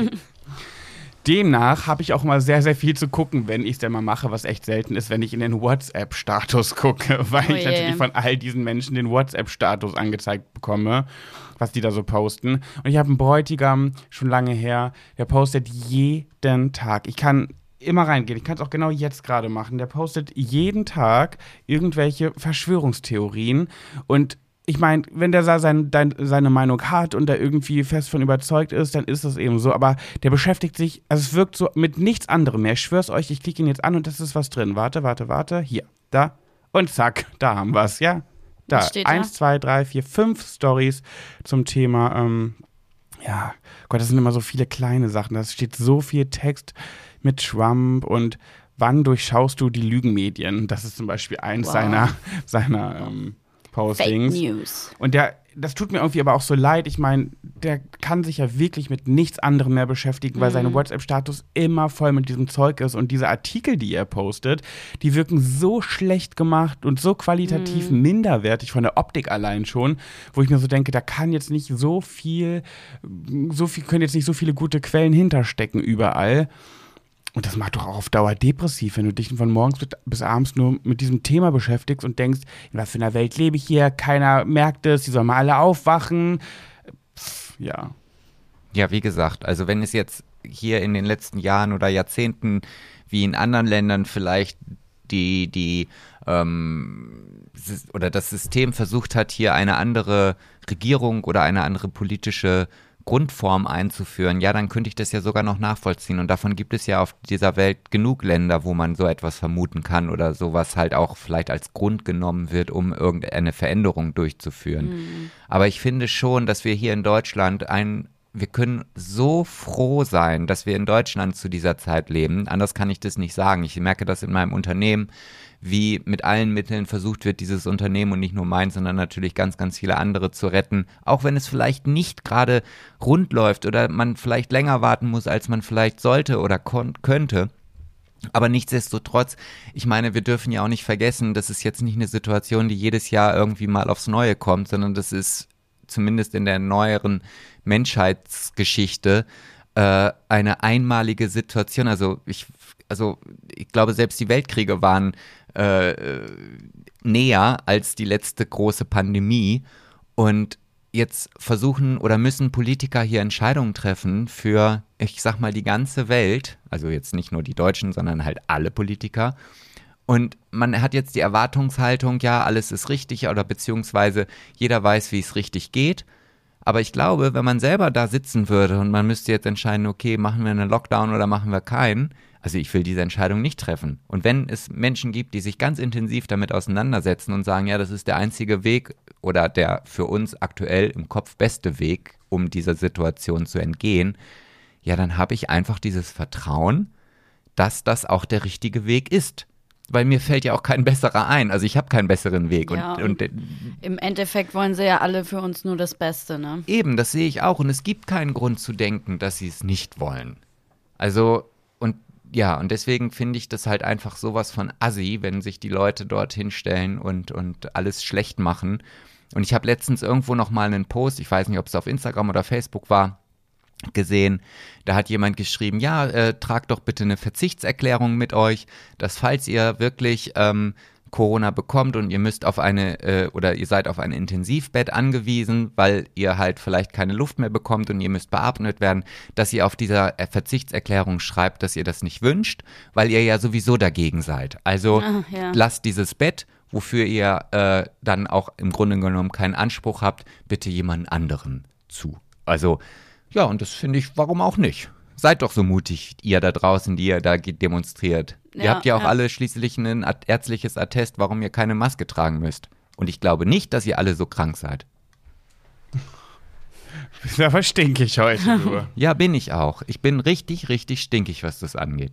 Demnach habe ich auch mal sehr, sehr viel zu gucken, wenn ich es denn mal mache, was echt selten ist, wenn ich in den WhatsApp-Status gucke, weil ich natürlich von all diesen Menschen den WhatsApp-Status angezeigt bekomme, was die da so posten. Und ich habe einen Bräutigam, schon lange her, der postet jeden Tag. Ich kann immer reingehen. Ich kann es auch genau jetzt gerade machen. Der postet jeden Tag irgendwelche Verschwörungstheorien und ich meine, wenn der seine Meinung hat und da irgendwie fest von überzeugt ist, dann ist das eben so. Aber der beschäftigt sich, also es wirkt so mit nichts anderem mehr. Ich schwör's euch, ich klicke ihn jetzt an und das ist was drin. Warte. Hier, da und zack, da haben wir es, ja. Da, 1, 2, 3, 4, 5 Storys zum Thema, ja, Gott, das sind immer so viele kleine Sachen. Da steht so viel Text mit Trump und wann durchschaust du die Lügenmedien? Das ist zum Beispiel eins seiner Postings. Fake News. Und das tut mir irgendwie aber auch so leid. Ich meine, der kann sich ja wirklich mit nichts anderem mehr beschäftigen, weil seine WhatsApp-Status immer voll mit diesem Zeug ist. Und diese Artikel, die er postet, die wirken so schlecht gemacht und so qualitativ minderwertig von der Optik allein schon, wo ich mir so denke, da kann jetzt nicht können jetzt nicht so viele gute Quellen hinterstecken überall. Und das macht doch auch auf Dauer depressiv, wenn du dich von morgens bis abends nur mit diesem Thema beschäftigst und denkst, in was für einer Welt lebe ich hier, keiner merkt es, die sollen mal alle aufwachen. Ja. Ja, wie gesagt, also wenn es jetzt hier in den letzten Jahren oder Jahrzehnten wie in anderen Ländern vielleicht das System versucht hat, hier eine andere Regierung oder eine andere politische Grundform einzuführen, ja, dann könnte ich das ja sogar noch nachvollziehen. Und davon gibt es ja auf dieser Welt genug Länder, wo man so etwas vermuten kann oder sowas halt auch vielleicht als Grund genommen wird, um irgendeine Veränderung durchzuführen. Aber ich finde schon, dass wir hier in Deutschland wir können so froh sein, dass wir in Deutschland zu dieser Zeit leben. Anders kann ich das nicht sagen. Ich merke das in meinem Unternehmen, wie mit allen Mitteln versucht wird, dieses Unternehmen und nicht nur meins, sondern natürlich ganz, ganz viele andere zu retten. Auch wenn es vielleicht nicht gerade rund läuft oder man vielleicht länger warten muss, als man vielleicht sollte oder könnte. Aber nichtsdestotrotz, ich meine, wir dürfen ja auch nicht vergessen, das ist jetzt nicht eine Situation, die jedes Jahr irgendwie mal aufs Neue kommt, sondern das ist zumindest in der neueren Menschheitsgeschichte eine einmalige Situation. Also ich glaube, selbst die Weltkriege waren näher als die letzte große Pandemie. Und jetzt versuchen oder müssen Politiker hier Entscheidungen treffen für, ich sag mal, die ganze Welt. Also jetzt nicht nur die Deutschen, sondern halt alle Politiker. Und man hat jetzt die Erwartungshaltung, ja, alles ist richtig oder beziehungsweise jeder weiß, wie es richtig geht. Aber ich glaube, wenn man selber da sitzen würde und man müsste jetzt entscheiden, okay, machen wir einen Lockdown oder machen wir keinen, also ich will diese Entscheidung nicht treffen. Und wenn es Menschen gibt, die sich ganz intensiv damit auseinandersetzen und sagen, ja, das ist der einzige Weg oder der für uns aktuell im Kopf beste Weg, um dieser Situation zu entgehen, ja, dann habe ich einfach dieses Vertrauen, dass das auch der richtige Weg ist. Weil mir fällt ja auch kein besserer ein. Also ich habe keinen besseren Weg. Ja, und im Endeffekt wollen sie ja alle für uns nur das Beste, ne? Eben, das sehe ich auch. Und es gibt keinen Grund zu denken, dass sie es nicht wollen. Also, und deswegen finde ich das halt einfach sowas von assi, wenn sich die Leute dort hinstellen und alles schlecht machen. Und ich habe letztens irgendwo noch mal einen Post, ich weiß nicht, ob es auf Instagram oder Facebook war, gesehen, da hat jemand geschrieben, ja, tragt doch bitte eine Verzichtserklärung mit euch, dass falls ihr wirklich Corona bekommt und ihr müsst auf oder ihr seid auf ein Intensivbett angewiesen, weil ihr halt vielleicht keine Luft mehr bekommt und ihr müsst beatmet werden, dass ihr auf dieser Verzichtserklärung schreibt, dass ihr das nicht wünscht, weil ihr ja sowieso dagegen seid. Also lasst dieses Bett, wofür ihr dann auch im Grunde genommen keinen Anspruch habt, bitte jemand anderen zu. Also ja, und das finde ich, warum auch nicht? Seid doch so mutig, ihr da draußen, die ihr da demonstriert. Ja, ihr habt ja auch alle schließlich ein ärztliches Attest, warum ihr keine Maske tragen müsst. Und ich glaube nicht, dass ihr alle so krank seid. Du bist aber stinkig heute, du. Ja, bin ich auch. Ich bin richtig, richtig stinkig, was das angeht.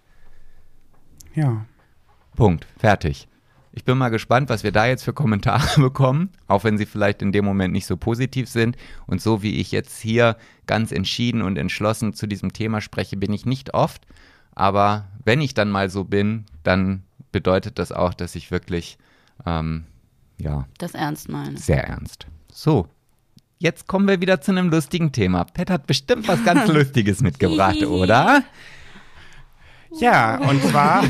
Ja. Punkt. Fertig. Ich bin mal gespannt, was wir da jetzt für Kommentare bekommen, auch wenn sie vielleicht in dem Moment nicht so positiv sind. Und so wie ich jetzt hier ganz entschieden und entschlossen zu diesem Thema spreche, bin ich nicht oft. Aber wenn ich dann mal so bin, dann bedeutet das auch, dass ich wirklich, das ernst meine. Sehr ernst. So, jetzt kommen wir wieder zu einem lustigen Thema. Pat hat bestimmt was ganz Lustiges mitgebracht, oder? Ja, und zwar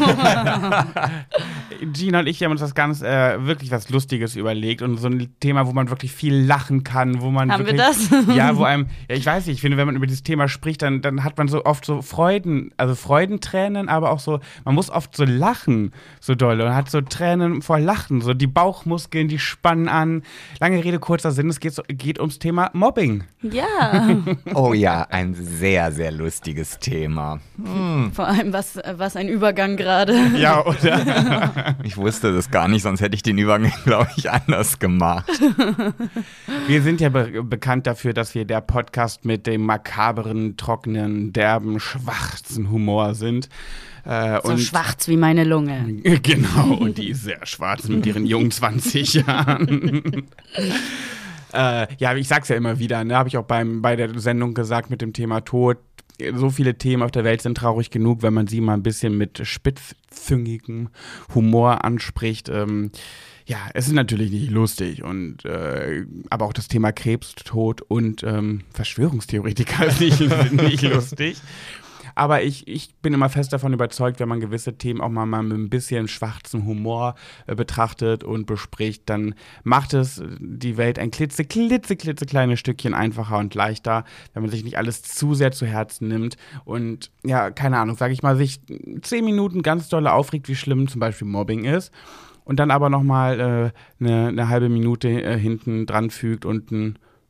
Gina und ich haben uns das ganz wirklich was Lustiges überlegt und so ein Thema, wo man wirklich viel lachen kann, wo man Haben wirklich, wir das? ja, ich weiß nicht, ich finde, wenn man über dieses Thema spricht, dann hat man so oft so Freudentränen, aber auch so, man muss oft so lachen, so doll, und hat so Tränen vor Lachen, so die Bauchmuskeln, die spannen an. Lange Rede, kurzer Sinn, es geht ums Thema Mobbing. Ja. Oh ja, ein sehr, sehr lustiges Thema. Vor allem, was ein Übergang gerade. Ja, oder? Ich wusste das gar nicht, sonst hätte ich den Übergang, glaube ich, anders gemacht. Wir sind ja bekannt dafür, dass wir der Podcast mit dem makaberen, trockenen, derben, schwarzen Humor sind. So schwarz wie meine Lunge. Genau, und die ist sehr schwarz mit ihren jungen 20 Jahren. Ja, ich sag's ja immer wieder, ne, habe ich auch bei der Sendung gesagt mit dem Thema Tod. So viele Themen auf der Welt sind traurig genug, wenn man sie mal ein bisschen mit spitzzüngigem Humor anspricht. Ja, es ist natürlich nicht lustig, aber auch das Thema Krebs, Tod und Verschwörungstheoretiker ist nicht lustig. Aber ich bin immer fest davon überzeugt, wenn man gewisse Themen auch mal mit ein bisschen schwarzem Humor betrachtet und bespricht, dann macht es die Welt ein klitzekleines Stückchen einfacher und leichter, wenn man sich nicht alles zu sehr zu Herzen nimmt und, ja, keine Ahnung, sag ich mal, sich 10 Minuten ganz doll aufregt, wie schlimm zum Beispiel Mobbing ist und dann aber nochmal eine halbe Minute hinten dran fügt und ein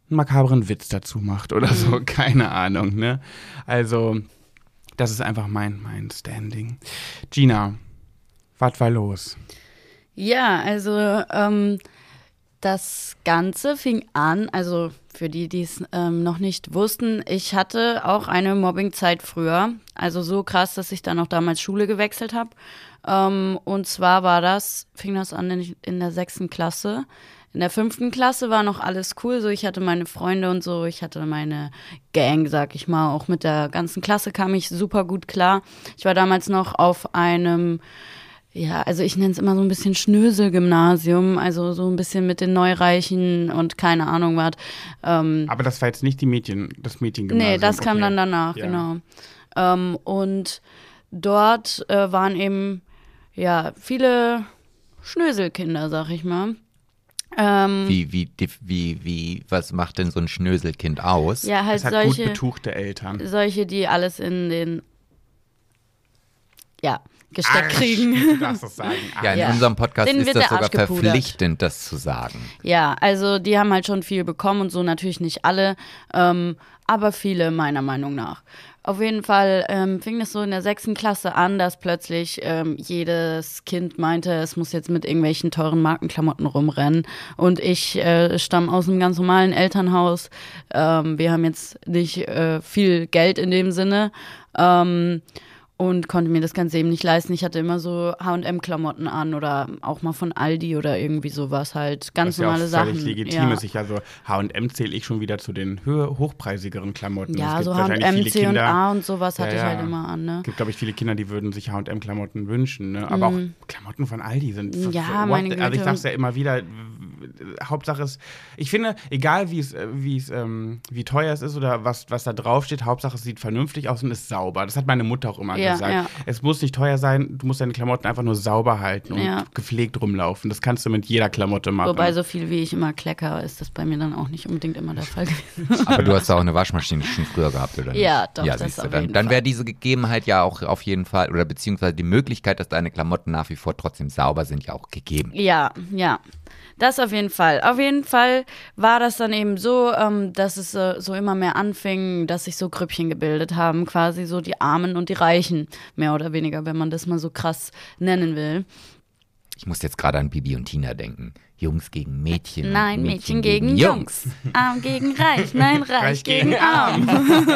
einen makabren Witz dazu macht oder so, keine Ahnung, ne? Also, das ist einfach mein Standing. Gina, was war los? Ja, also das Ganze fing an, also für die, die es noch nicht wussten, ich hatte auch eine Mobbingzeit früher. Also so krass, dass ich dann auch damals Schule gewechselt habe. Und zwar fing das an in der 6. Klasse. In der 5. Klasse war noch alles cool, so ich hatte meine Freunde und so, ich hatte meine Gang, sag ich mal, auch mit der ganzen Klasse kam ich super gut klar. Ich war damals noch auf einem, ja, also ich nenne es immer so ein bisschen Schnösel-Gymnasium, also so ein bisschen mit den Neureichen und keine Ahnung was. Aber das war jetzt nicht das Mädchengymnasium. Nee, das kam dann danach, ja. Genau. Und dort waren eben, ja, viele Schnöselkinder, sag ich mal. Was macht denn so ein Schnöselkind aus? Ja, halt Das hat gut solche, betuchte Eltern. solche, die alles in den, ja, gesteckt kriegen. Du darfst das sagen. Ja, in Ja. unserem Podcast Denen ist wird das der sogar Arsch gepudert. verpflichtend, das zu sagen. Ja, also die haben halt schon viel bekommen und so, natürlich nicht alle, aber viele meiner Meinung nach. Auf jeden Fall fing es so in der 6. Klasse an, dass plötzlich jedes Kind meinte, es muss jetzt mit irgendwelchen teuren Markenklamotten rumrennen. Und ich stamme aus einem ganz normalen Elternhaus. Wir haben jetzt nicht viel Geld in dem Sinne. Und konnte mir das Ganze eben nicht leisten. Ich hatte immer so H&M-Klamotten an oder auch mal von Aldi oder irgendwie sowas halt. Ganz normale Was ja auch Sachen. völlig legitim ja. ist. Also H&M zähle ich schon wieder zu den hochpreisigeren Klamotten. Ja, Es gibt so wahrscheinlich H&M, viele Kinder, C&A und sowas hatte Ja, ich halt ja. immer an, ne? Es gibt, glaube ich, viele Kinder, die würden sich H&M-Klamotten wünschen. Ne? Aber auch Klamotten von Aldi sind. Ja, meine Güte. Also ich sag's ja immer wieder. Hauptsache ist, ich finde, egal wie teuer es ist oder was da draufsteht, Hauptsache es sieht vernünftig aus und ist sauber. Das hat meine Mutter auch immer Ja, gesagt. ja. Es muss nicht teuer sein, du musst deine Klamotten einfach nur sauber halten und Ja. gepflegt rumlaufen. Das kannst du mit jeder Klamotte machen. Wobei so viel wie ich immer klecker, ist das bei mir dann auch nicht unbedingt immer der Fall gewesen. Aber du hast auch eine Waschmaschine schon früher gehabt, oder nicht? Ja, doch, Ja, das siehst du, auf jeden dann wäre Fall. diese Gegebenheit ja auch auf jeden Fall, oder beziehungsweise die Möglichkeit, dass deine Klamotten nach wie vor trotzdem sauber sind, ja auch gegeben. Ja, ja. Das auf jeden Fall. Auf jeden Fall war das dann eben so, dass es so immer mehr anfing, dass sich so Grüppchen gebildet haben, quasi so die Armen und die Reichen, mehr oder weniger, wenn man das mal so krass nennen will. Ich muss jetzt gerade an Bibi und Tina denken. Jungs gegen Mädchen. und Nein, Mädchen gegen Jungs. Arm gegen Reich, nein, Reich gegen Arm.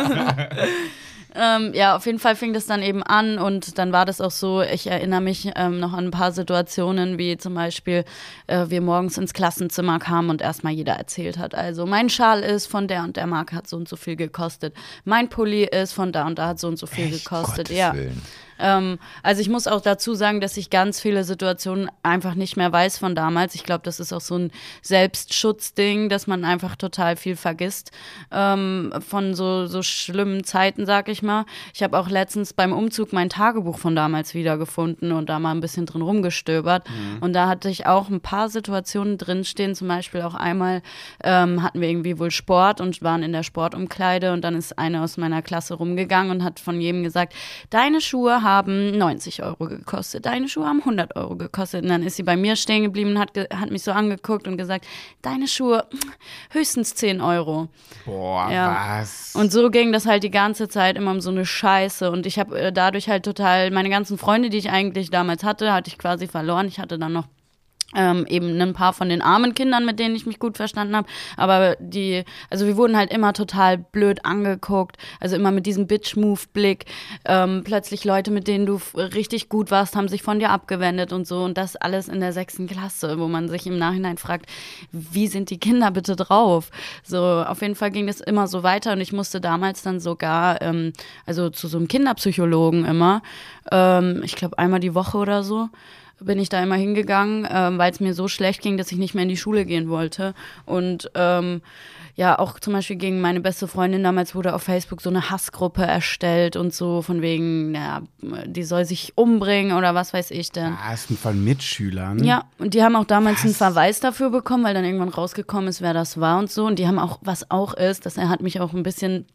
Ja, auf jeden Fall fing das dann eben an und dann war das auch so, ich erinnere mich noch an ein paar Situationen, wie zum Beispiel wir morgens ins Klassenzimmer kamen und erstmal jeder erzählt hat, also mein Schal ist von der und der Marke, hat so und so viel gekostet, mein Pulli ist von da und da, hat so und so viel gekostet. Gottes Ja. Willen. Also ich muss auch dazu sagen, dass ich ganz viele Situationen einfach nicht mehr weiß von damals. Ich glaube, das ist auch so ein Selbstschutzding, dass man einfach total viel vergisst von so schlimmen Zeiten, sag ich mal. Ich habe auch letztens beim Umzug mein Tagebuch von damals wiedergefunden und da mal ein bisschen drin rumgestöbert. Und da hatte ich auch ein paar Situationen drinstehen. Zum Beispiel auch einmal hatten wir irgendwie wohl Sport und waren in der Sportumkleide und dann ist eine aus meiner Klasse rumgegangen und hat von jedem gesagt, deine Schuhe haben 90 € gekostet, deine Schuhe haben 100 € gekostet. Und dann ist sie bei mir stehen geblieben und hat mich so angeguckt und gesagt, deine Schuhe höchstens 10 €. Boah, Ja. was? Und so ging das halt die ganze Zeit immer um so eine Scheiße. Und ich habe dadurch halt total, meine ganzen Freunde, die ich eigentlich damals hatte ich quasi verloren. Ich hatte dann noch eben ein paar von den armen Kindern, mit denen ich mich gut verstanden habe, aber also wir wurden halt immer total blöd angeguckt, also immer mit diesem Bitch-Move-Blick, plötzlich Leute, mit denen du richtig gut warst, haben sich von dir abgewendet und so und das alles in der 6. Klasse, wo man sich im Nachhinein fragt, wie sind die Kinder bitte drauf? So, auf jeden Fall ging das immer so weiter und ich musste damals dann sogar, also zu so einem Kinderpsychologen immer, ich glaube einmal die Woche oder so, bin ich da immer hingegangen, weil es mir so schlecht ging, dass ich nicht mehr in die Schule gehen wollte. Und ja, auch zum Beispiel gegen meine beste Freundin damals wurde auf Facebook so eine Hassgruppe erstellt und so von wegen, ja, die soll sich umbringen oder was weiß ich denn. Das sind von Mitschülern. Ja, und die haben auch damals einen Verweis dafür bekommen, weil dann irgendwann rausgekommen ist, wer das war und so. Und die haben auch, was auch ist, dass er hat mich auch ein bisschen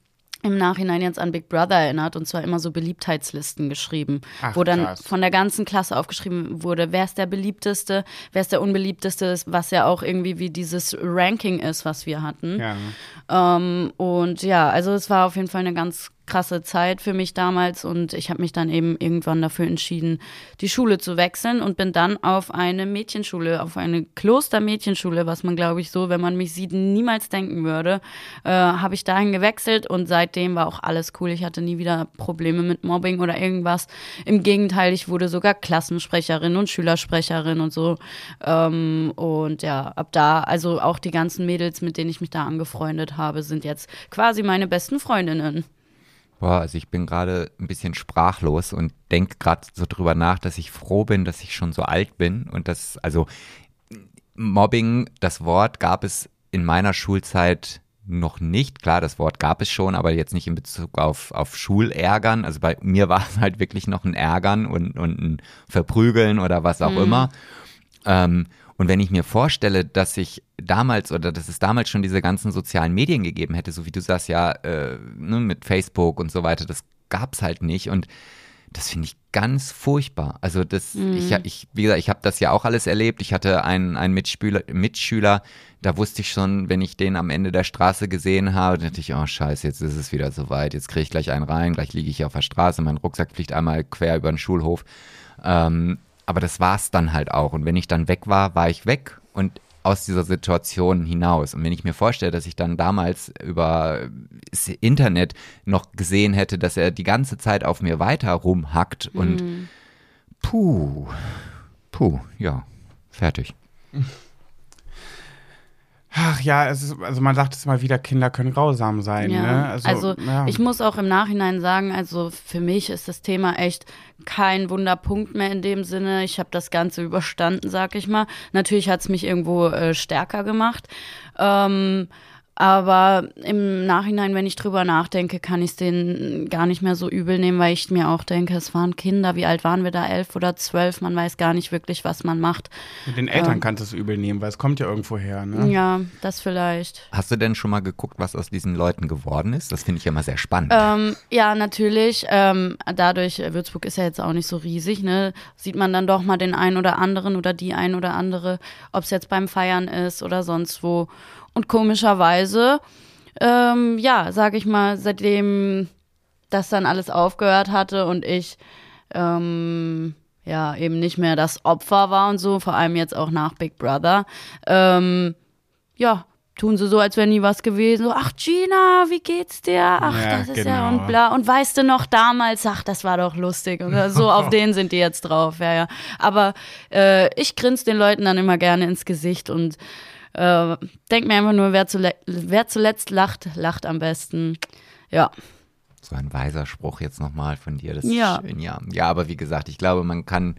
im Nachhinein jetzt an Big Brother erinnert, und zwar immer so Beliebtheitslisten geschrieben, Ach, wo dann krass. von der ganzen Klasse aufgeschrieben wurde, wer ist der beliebteste, wer ist der unbeliebteste, was ja auch irgendwie wie dieses Ranking ist, was wir hatten. Ja. Und ja, also es war auf jeden Fall eine ganz krasse Zeit für mich damals, und ich habe mich dann eben irgendwann dafür entschieden, die Schule zu wechseln, und bin dann auf eine Mädchenschule, auf eine Klostermädchenschule, was man, glaube ich, so, wenn man mich sieht, niemals denken würde, habe ich dahin gewechselt, und seitdem war auch alles cool. Ich hatte nie wieder Probleme mit Mobbing oder irgendwas. Im Gegenteil, ich wurde sogar Klassensprecherin und Schülersprecherin und so. Und ja, ab da, also auch die ganzen Mädels, mit denen ich mich da angefreundet habe, sind jetzt quasi meine besten Freundinnen. Boah, also ich bin gerade ein bisschen sprachlos und denke gerade so drüber nach, dass ich froh bin, dass ich schon so alt bin und dass, also Mobbing, das Wort gab es in meiner Schulzeit noch nicht. Klar, das Wort gab es schon, aber jetzt nicht in Bezug auf Schulärgern. Also bei mir war es halt wirklich noch ein Ärgern und ein Verprügeln oder was auch immer. Und wenn ich mir vorstelle, dass ich damals oder dass es damals schon diese ganzen sozialen Medien gegeben hätte, so wie du sagst, ja, ne, mit Facebook und so weiter, das gab's halt nicht, und das finde ich ganz furchtbar. Also das, wie gesagt, ich habe das ja auch alles erlebt. Ich hatte einen Mitschüler, da wusste ich schon, wenn ich den am Ende der Straße gesehen habe, dachte ich, oh scheiße, jetzt ist es wieder soweit, jetzt kriege ich gleich einen rein, gleich liege ich hier auf der Straße, mein Rucksack fliegt einmal quer über den Schulhof. Aber das war's dann halt auch. Und wenn ich dann weg war, war ich weg und aus dieser Situation hinaus. Und wenn ich mir vorstelle, dass ich dann damals über das Internet noch gesehen hätte, dass er die ganze Zeit auf mir weiter rumhackt und ja, fertig. Ach ja, also man sagt es mal wieder, Kinder können grausam sein. Ja, Ne? also ja. ich muss auch im Nachhinein sagen, also für mich ist das Thema echt kein Wunderpunkt mehr in dem Sinne. Ich habe das Ganze überstanden, sag ich mal. Natürlich hat es mich irgendwo stärker gemacht. Aber im Nachhinein, wenn ich drüber nachdenke, kann ich es denen gar nicht mehr so übel nehmen, weil ich mir auch denke, es waren Kinder, wie alt waren wir da, 11 oder 12, man weiß gar nicht wirklich, was man macht. Mit den Eltern kannst du es übel nehmen, weil es kommt ja irgendwo her. Ne? Ja, das vielleicht. Hast du denn schon mal geguckt, was aus diesen Leuten geworden ist? Das finde ich ja immer sehr spannend. Ja, natürlich. Dadurch, Würzburg ist ja jetzt auch nicht so riesig, ne? Sieht man dann doch mal den einen oder anderen oder die ein oder andere, ob es jetzt beim Feiern ist oder sonst wo. Und komischerweise, ja, sag ich mal, seitdem das dann alles aufgehört hatte und ich ja eben nicht mehr das Opfer war und so, vor allem jetzt auch nach Big Brother, ja, tun sie so, als wäre nie was gewesen. So, ach Gina, wie geht's dir? Ach, Ja, das ist genau. ja und bla. Und weißt du noch damals, ach, das war doch lustig. Und so auf den sind die jetzt drauf, ja. Aber ich grinse den Leuten dann immer gerne ins Gesicht und denk mir einfach nur, wer zuletzt lacht, lacht am besten. Ja. So ein weiser Spruch jetzt nochmal von dir, das Ja. ist schön, ja. Ja, aber wie gesagt, ich glaube, man kann,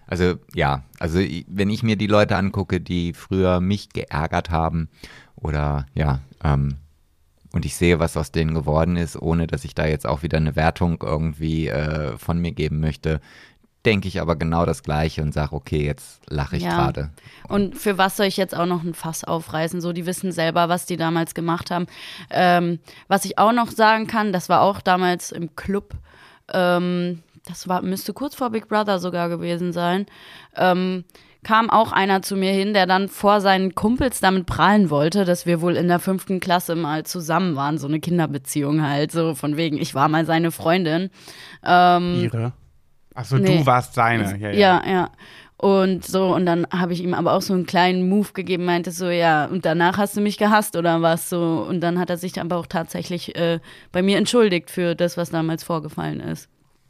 wenn ich mir die Leute angucke, die früher mich geärgert haben oder ja, und ich sehe, was aus denen geworden ist, ohne dass ich da jetzt auch wieder eine Wertung irgendwie von mir geben möchte, denke ich aber genau das Gleiche und sage, okay, jetzt lache ich Ja. gerade. Und für was soll ich jetzt auch noch ein Fass aufreißen? So, die wissen selber, was die damals gemacht haben. Was ich auch noch sagen kann, das war auch damals im Club, müsste kurz vor Big Brother sogar gewesen sein, kam auch einer zu mir hin, der dann vor seinen Kumpels damit prahlen wollte, dass wir wohl in der 5. Klasse mal zusammen waren, so eine Kinderbeziehung halt, so von wegen, ich war mal seine Freundin. Ihre? Achso, Nee. du warst seine. Ja. Und so, und dann habe ich ihm aber auch so einen kleinen Move gegeben, meinte so, ja, und danach hast du mich gehasst oder was so. Und dann hat er sich aber auch tatsächlich bei mir entschuldigt für das, was damals vorgefallen ist.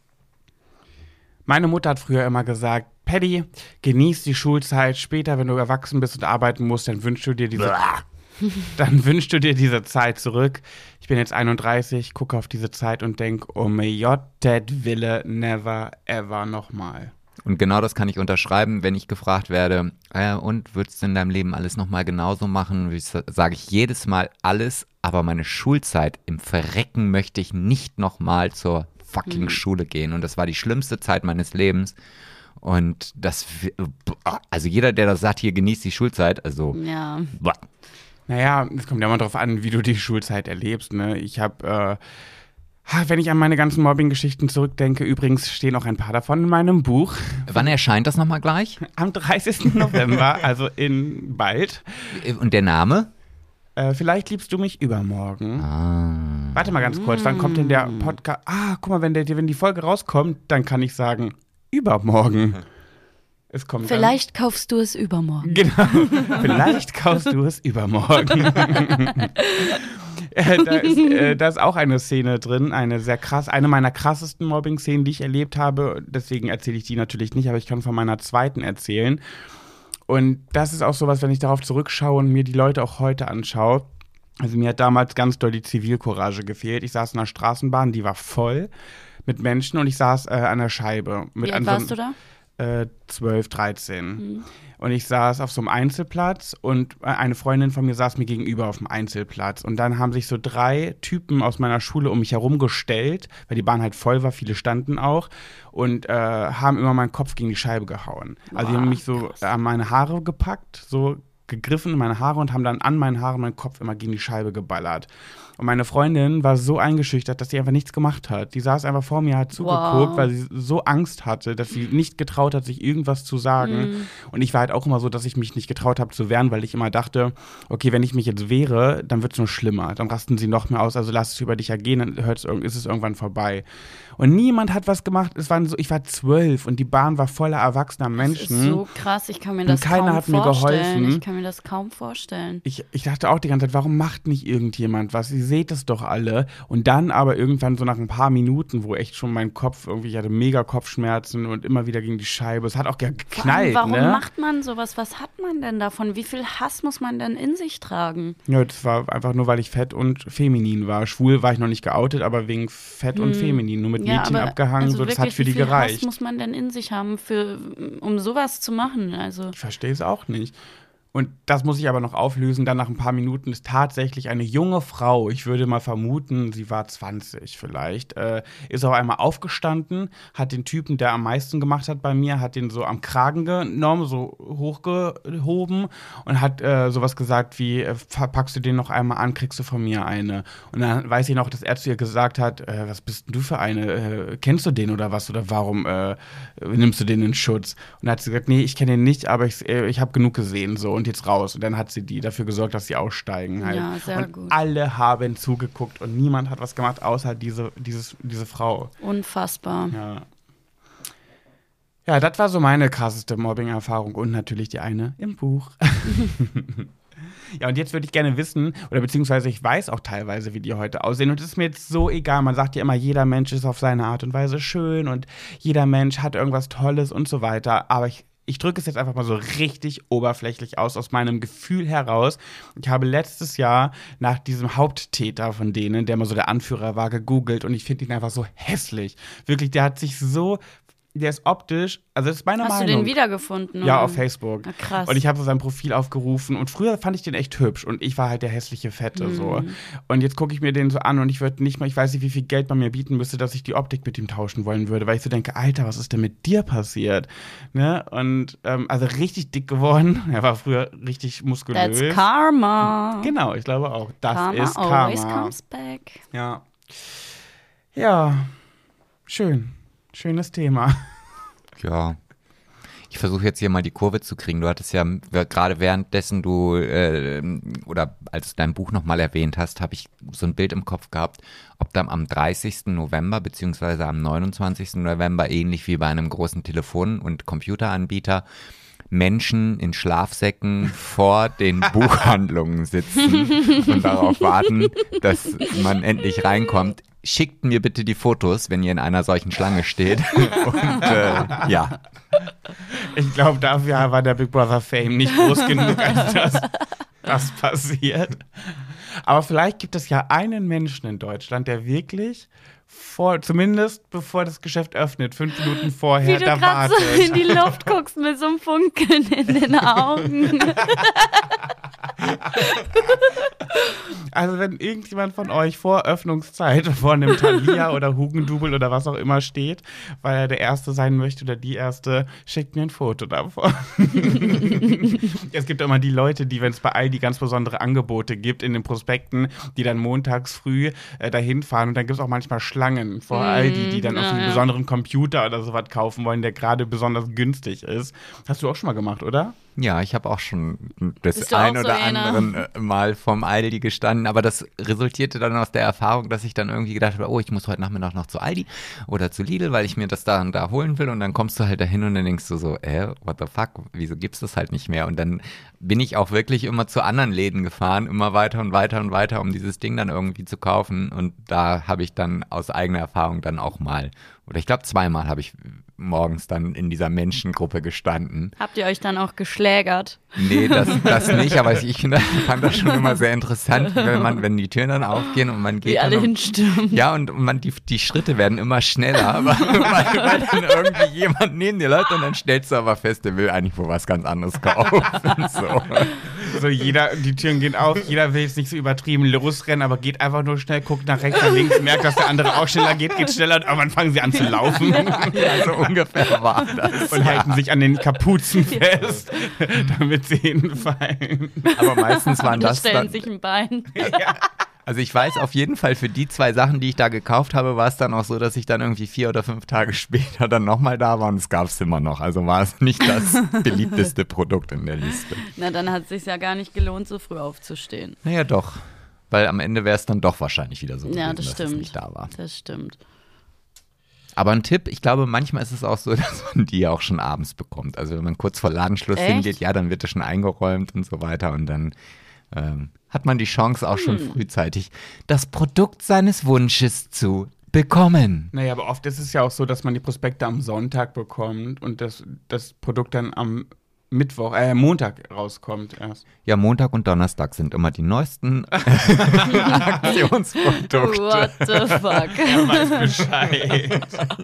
Meine Mutter hat früher immer gesagt, Paddy, genieß die Schulzeit. Später, wenn du erwachsen bist und arbeiten musst, dann wünschst du dir diese Zeit zurück. Ich bin jetzt 31, gucke auf diese Zeit und denke, um Jottet Wille, never ever nochmal. Und genau das kann ich unterschreiben, wenn ich gefragt werde, und würdest du in deinem Leben alles nochmal genauso machen? Sage ich jedes Mal alles, aber meine Schulzeit im Verrecken möchte ich nicht nochmal zur fucking Schule gehen. Und das war die schlimmste Zeit meines Lebens. Und also jeder, der das sagt, hier genießt die Schulzeit, also Ja. Naja, es kommt ja immer darauf an, wie du die Schulzeit erlebst. Ne? Ich habe Wenn ich an meine ganzen Mobbing-Geschichten zurückdenke, übrigens stehen auch ein paar davon in meinem Buch. Wann erscheint das nochmal gleich? Am 30. November, also in bald. Und der Name? Vielleicht liebst du mich übermorgen. Ah. Warte mal ganz kurz, wann kommt denn der Podcast? Guck mal, wenn die Folge rauskommt, dann kann ich sagen, übermorgen. Es kommt Vielleicht kaufst du es übermorgen. Genau, vielleicht kaufst du es übermorgen. Da ist auch eine Szene drin, eine meiner krassesten Mobbing-Szenen, die ich erlebt habe. Deswegen erzähle ich die natürlich nicht, aber ich kann von meiner zweiten erzählen. Und das ist auch sowas, wenn ich darauf zurückschaue und mir die Leute auch heute anschaue. Also mir hat damals ganz doll die Zivilcourage gefehlt. Ich saß in einer Straßenbahn, die war voll mit Menschen und ich saß an der Scheibe. Wie alt warst du da? 12, 13. Und ich saß auf so einem Einzelplatz und eine Freundin von mir saß mir gegenüber auf dem Einzelplatz. Und dann haben sich so 3 Typen aus meiner Schule um mich herum gestellt, weil die Bahn halt voll war, viele standen auch, und haben immer meinen Kopf gegen die Scheibe gehauen. Also die haben mich so an meine Haare gepackt, so gegriffen in meine Haare und haben dann an meinen Haaren meinen Kopf immer gegen die Scheibe geballert. Und meine Freundin war so eingeschüchtert, dass sie einfach nichts gemacht hat. Die saß einfach vor mir, hat zugeguckt, weil sie so Angst hatte, dass sie nicht getraut hat, sich irgendwas zu sagen. Und ich war halt auch immer so, dass ich mich nicht getraut habe zu wehren, weil ich immer dachte, okay, wenn ich mich jetzt wehre, dann wird es nur schlimmer. Dann rasten sie noch mehr aus, also lass es über dich ergehen, dann ist es irgendwann vorbei. Und niemand hat was gemacht. Ich war 12 und die Bahn war voller erwachsener Menschen. Das ist so krass, ich kann mir das kaum vorstellen. Keiner hat mir geholfen. Ich kann mir das kaum vorstellen. Ich dachte auch die ganze Zeit, warum macht nicht irgendjemand was? Ihr seht es doch alle. Und dann aber irgendwann so nach ein paar Minuten, wo echt schon mein Kopf ich hatte mega Kopfschmerzen und immer wieder gegen die Scheibe. Es hat auch geknallt, warum macht man sowas? Was hat man denn davon? Wie viel Hass muss man denn in sich tragen? Ja, das war einfach nur, weil ich fett und feminin war. Schwul war ich noch nicht geoutet, aber wegen fett und feminin. Nur mit Mädchen abgehangen, also so, das hat für die gereicht. Wie viel Hass muss man denn in sich haben, um sowas zu machen? Also. Ich verstehe es auch nicht. Und das muss ich aber noch auflösen. Dann nach ein paar Minuten ist tatsächlich eine junge Frau, ich würde mal vermuten, sie war 20 vielleicht, ist auf einmal aufgestanden, hat den Typen, der am meisten gemacht hat bei mir, hat den so am Kragen genommen, so hochgehoben und hat sowas gesagt wie, packst du den noch einmal an, kriegst du von mir eine. Und dann weiß ich noch, dass er zu ihr gesagt hat, was bist denn du für eine? Kennst du den oder was? Oder warum nimmst du den in Schutz? Und dann hat sie gesagt, nee, ich kenne den nicht, aber ich habe genug gesehen, so. Und jetzt raus. Und dann hat sie dafür gesorgt, dass sie aussteigen. Halt. Ja, sehr und gut. Alle haben zugeguckt und niemand hat was gemacht, außer diese Frau. Unfassbar. Ja, das war so meine krasseste Mobbing-Erfahrung und natürlich die eine im Buch. Ja, und jetzt würde ich gerne wissen, oder beziehungsweise ich weiß auch teilweise, wie die heute aussehen. Und es ist mir jetzt so egal. Man sagt ja immer, jeder Mensch ist auf seine Art und Weise schön und jeder Mensch hat irgendwas Tolles und so weiter. Aber ich drücke es jetzt einfach mal so richtig oberflächlich aus meinem Gefühl heraus. Ich habe letztes Jahr nach diesem Haupttäter von denen, der mal so der Anführer war, gegoogelt und ich finde ihn einfach so hässlich. Wirklich, der ist optisch, also das ist meine Meinung. Hast du den wiedergefunden? Ja, oder? auf Facebook. Na, krass. Und ich habe so sein Profil aufgerufen und früher fand ich den echt hübsch und ich war halt der hässliche Fette so. Und jetzt gucke ich mir den so an und ich weiß nicht, wie viel Geld man mir bieten müsste, dass ich die Optik mit ihm tauschen wollen würde, weil ich so denke, Alter, was ist denn mit dir passiert? Ne? Und also richtig dick geworden. Er war früher richtig muskulös. That's Karma. Genau, ich glaube auch. Das Karma ist Karma. always comes back. Ja. Ja, schön. Schönes Thema. Ja. Ich versuche jetzt hier mal die Kurve zu kriegen. Du hattest ja gerade währenddessen oder als du dein Buch nochmal erwähnt hast, habe ich so ein Bild im Kopf gehabt, ob dann am 30. November beziehungsweise am 29. November ähnlich wie bei einem großen Telefon- und Computeranbieter Menschen in Schlafsäcken vor den Buchhandlungen sitzen und darauf warten, dass man endlich reinkommt. Schickt mir bitte die Fotos, wenn ihr in einer solchen Schlange steht. Und ja. Ich glaube, dafür war der Big Brother Fame nicht groß genug, als das passiert. Aber vielleicht gibt es ja einen Menschen in Deutschland, der wirklich zumindest bevor das Geschäft öffnet, 5 Minuten vorher, da wartet. Wie du gerade so in die Luft guckst mit so einem Funkeln in den Augen. Also wenn irgendjemand von euch vor Öffnungszeit vor einem Thalia oder Hugendubel oder was auch immer steht, weil er der Erste sein möchte oder die Erste, schickt mir ein Foto davon. Es gibt immer die Leute, die, wenn es bei Aldi ganz besondere Angebote gibt in den Prospekten, die dann montags früh dahin fahren und dann gibt es auch manchmal Schlangen vor Aldi, die dann auf einen besonderen Computer oder sowas kaufen wollen, der gerade besonders günstig ist. Hast du auch schon mal gemacht, oder? Ja, ich habe auch schon das ein oder andere Mal vom Aldi gestanden, aber das resultierte dann aus der Erfahrung, dass ich dann irgendwie gedacht habe, oh, ich muss heute Nachmittag noch zu Aldi oder zu Lidl, weil ich mir das da und da holen will und dann kommst du halt dahin und dann denkst du so, what the fuck, wieso gibt's das halt nicht mehr? Und dann bin ich auch wirklich immer zu anderen Läden gefahren, immer weiter und weiter und weiter, um dieses Ding dann irgendwie zu kaufen und da habe ich dann aus eigener Erfahrung dann auch mal, oder ich glaube 2-mal habe ich morgens dann in dieser Menschengruppe gestanden. Habt ihr euch dann auch geschlägert? Nee, das nicht, aber ich fand das schon immer sehr interessant, wenn die Türen dann aufgehen und man geht. Wie alle hinstürmen. Ja, und die Schritte werden immer schneller, weil dann irgendwie jemand neben dir läuft und dann stellst du aber fest, der will eigentlich wohl was ganz anderes kaufen. So die Türen gehen auf, jeder will jetzt nicht so übertrieben losrennen, aber geht einfach nur schnell, guckt nach rechts, nach links, merkt, dass der andere auch schneller geht schneller und irgendwann fangen sie an zu laufen. Ja, so ungefähr war das. Und halten sich an den Kapuzen fest, damit sie hinfallen. Aber meistens waren das stellen sich ein Bein. Ja. Also ich weiß auf jeden Fall, für die 2 Sachen, die ich da gekauft habe, war es dann auch so, dass ich dann irgendwie 4 oder 5 Tage später dann nochmal da war und es gab es immer noch. Also war es nicht das beliebteste Produkt in der Liste. Na, dann hat es sich ja gar nicht gelohnt, so früh aufzustehen. Naja, doch. Weil am Ende wäre es dann doch wahrscheinlich wieder so gewesen, das dass es nicht da war. Das stimmt. Aber ein Tipp, ich glaube, manchmal ist es auch so, dass man die auch schon abends bekommt. Also wenn man kurz vor Ladenschluss hingeht, ja, dann wird das schon eingeräumt und so weiter und dann hat man die Chance auch schon frühzeitig, das Produkt seines Wunsches zu bekommen. Naja, aber oft ist es ja auch so, dass man die Prospekte am Sonntag bekommt und das Produkt dann am Montag rauskommt erst. Ja, Montag und Donnerstag sind immer die neuesten Aktionsprodukte. What the fuck? Er weiß Bescheid.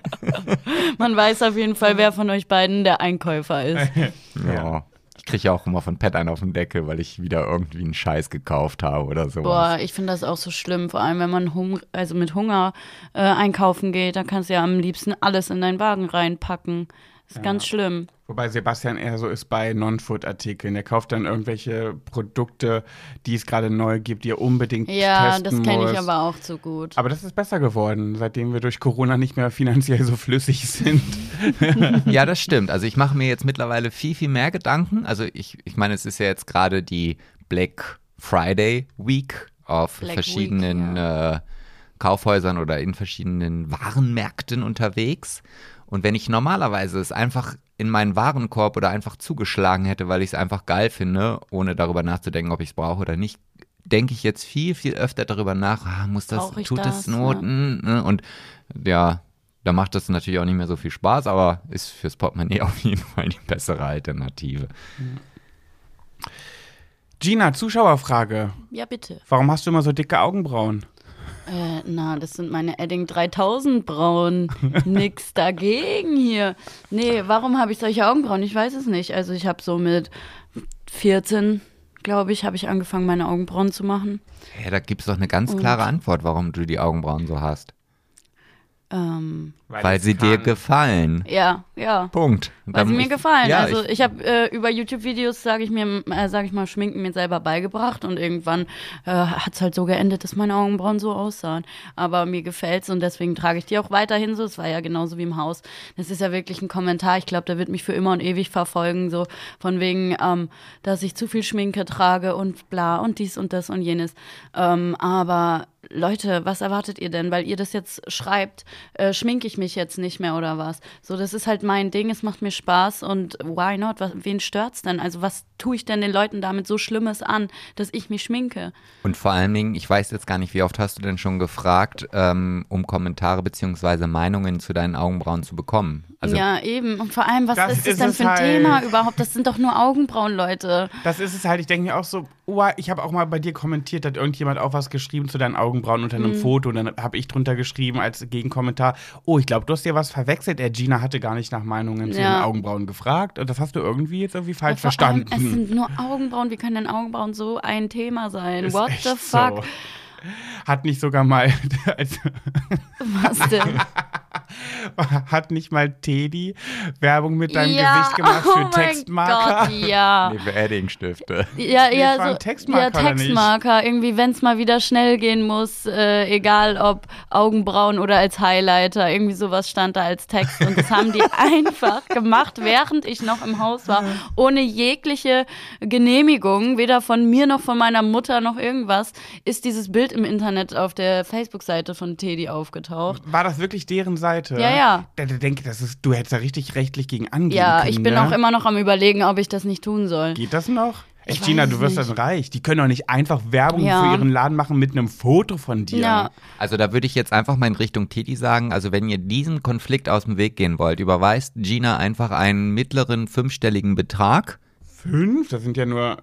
Man weiß auf jeden Fall, wer von euch beiden der Einkäufer ist. Ja. Ich kriege ja auch immer von Pat einen auf den Deckel, weil ich wieder irgendwie einen Scheiß gekauft habe oder sowas. Boah, ich finde das auch so schlimm, vor allem wenn man mit Hunger einkaufen geht, dann kannst du ja am liebsten alles in deinen Wagen reinpacken. Das ist ganz schlimm. Wobei Sebastian eher so ist bei Non-Food-Artikeln. Er kauft dann irgendwelche Produkte, die es gerade neu gibt, die er unbedingt testen muss. Ja, das kenne ich aber auch so gut. Aber das ist besser geworden, seitdem wir durch Corona nicht mehr finanziell so flüssig sind. Ja, das stimmt. Also ich mache mir jetzt mittlerweile viel, viel mehr Gedanken. Also ich meine, es ist ja jetzt gerade die Black Friday Week auf verschiedenen Kaufhäusern oder in verschiedenen Warenmärkten unterwegs. Und wenn ich normalerweise es einfach in meinen Warenkorb oder einfach zugeschlagen hätte, weil ich es einfach geil finde, ohne darüber nachzudenken, ob ich es brauche oder nicht, denke ich jetzt viel, viel öfter darüber nach, tut das Not? Ja. Und ja, da macht das natürlich auch nicht mehr so viel Spaß, aber ist fürs Portemonnaie auf jeden Fall die bessere Alternative. Gina, Zuschauerfrage. Ja, bitte. Warum hast du immer so dicke Augenbrauen? Das sind meine Edding 3000 Brauen. Nix dagegen hier. Nee, warum habe ich solche Augenbrauen? Ich weiß es nicht. Also ich habe so mit 14, glaube ich, habe ich angefangen, meine Augenbrauen zu machen. Ja, da gibt es doch eine ganz klare Antwort, warum du die Augenbrauen so hast. Weil sie dir gefallen. Ja. Punkt. Weil sie mir gefallen. Ja, also ich habe über YouTube-Videos, sage ich mal, Schminken mir selber beigebracht und irgendwann hat es halt so geendet, dass meine Augenbrauen so aussahen. Aber mir gefällt's und deswegen trage ich die auch weiterhin so. Es war ja genauso wie im Haus. Das ist ja wirklich ein Kommentar. Ich glaube, der wird mich für immer und ewig verfolgen, so von wegen, dass ich zu viel Schminke trage und bla und dies und das und jenes. Aber Leute, was erwartet ihr denn? Weil ihr das jetzt schreibt, schminke ich mich jetzt nicht mehr oder was? So, das ist halt mein Ding, es macht mir Spaß und why not? Wen stört's denn? Also was tue ich denn den Leuten damit so Schlimmes an, dass ich mich schminke? Und vor allen Dingen, ich weiß jetzt gar nicht, wie oft hast du denn schon gefragt, um Kommentare bzw. Meinungen zu deinen Augenbrauen zu bekommen? Also, ja, eben. Und vor allem, was ist das denn für ein Thema überhaupt? Das sind doch nur Augenbrauen, Leute. Das ist es halt. Ich denke mir auch so, ich habe auch mal bei dir kommentiert, hat irgendjemand auch was geschrieben zu deinen Augenbrauen Augenbrauen unter einem Foto. Und dann habe ich drunter geschrieben als Gegenkommentar, oh, ich glaube, du hast dir was verwechselt. Gina hatte gar nicht nach Meinungen zu ihren Augenbrauen gefragt. Und das hast du irgendwie falsch verstanden. Es sind nur Augenbrauen. Wie können denn Augenbrauen so ein Thema sein? Ist What echt the fuck? So. Hat nicht sogar mal Was denn? Hat nicht mal Teddy Werbung mit deinem Gesicht gemacht für Textmarker? Gott, ja. Nee, für Edding-Stifte. Ja, Nee, ja, vor allem so, Textmarker, ja, oder nicht? Textmarker. Irgendwie, wenn es mal wieder schnell gehen muss, egal ob Augenbrauen oder als Highlighter, irgendwie sowas stand da als Text. Und das haben die einfach gemacht, während ich noch im Haus war, ohne jegliche Genehmigung, weder von mir noch von meiner Mutter noch irgendwas, ist dieses Bild im Internet auf der Facebook-Seite von Teddy aufgetaucht. War das wirklich deren Seite? Ja, ja. Ich denke, du hättest da richtig rechtlich gegen angehen Ja, können, ich bin ne? auch immer noch am Überlegen, ob ich das nicht tun soll. Geht das noch? Ich Gina, weiß du wirst nicht. dann reich. Die können doch nicht einfach Werbung Ja. für ihren Laden machen mit einem Foto von dir. Ja. Also da würde ich jetzt einfach mal in Richtung Teddy sagen, also wenn ihr diesen Konflikt aus dem Weg gehen wollt, überweist Gina einfach einen mittleren 5-stelligen Betrag. 5? Das sind ja nur,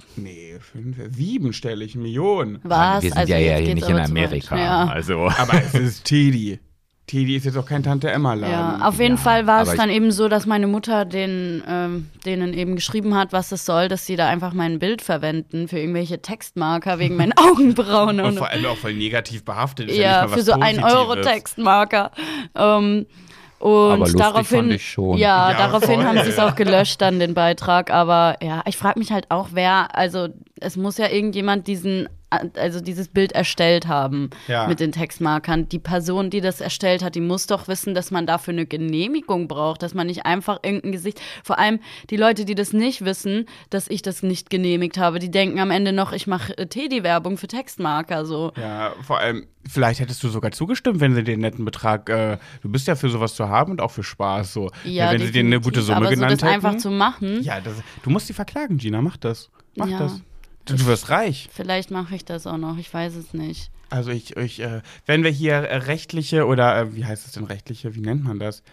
7-stellig, Millionen. Was? Wir sind Also ja jetzt hier geht's nicht in aber zu weit. Amerika. Ja. Also. Aber es ist Teddy. Teddy ist jetzt auch kein Tante-Emma-Laden. Ja, auf jeden Fall war es aber dann eben so, dass meine Mutter denen eben geschrieben hat, was es soll, dass sie da einfach mein Bild verwenden für irgendwelche Textmarker wegen meinen Augenbrauen. Und vor allem auch voll negativ behaftet. Ist ja, ja, nicht mal für was so 1 Euro Positives. Textmarker. Und lustig daraufhin, fand ich schon. Ja, Ja, daraufhin voll. haben sie es auch gelöscht, dann den Beitrag. Aber ja, ich frage mich halt auch, also es muss ja irgendjemand dieses Bild erstellt haben Ja. mit den Textmarkern. Die Person, die das erstellt hat, die muss doch wissen, dass man dafür eine Genehmigung braucht, dass man nicht einfach irgendein Gesicht, vor allem die Leute, die das nicht wissen, dass ich das nicht genehmigt habe, die denken am Ende noch, ich mache Teddy-Werbung für Textmarker, so. Ja, vor allem, vielleicht hättest du sogar zugestimmt, wenn sie den netten Betrag, du bist ja für sowas zu haben und auch für Spaß, so. Ja, wenn sie dir eine gute definitiv, Summe aber genannt so das hätten. einfach zu machen, Ja, du musst sie verklagen, Gina, mach das. Mach Ja. das. Du wirst reich. vielleicht mache ich das auch noch, ich weiß es nicht. Also wenn wir hier rechtliche oder wie heißt es denn rechtliche, wie nennt man das?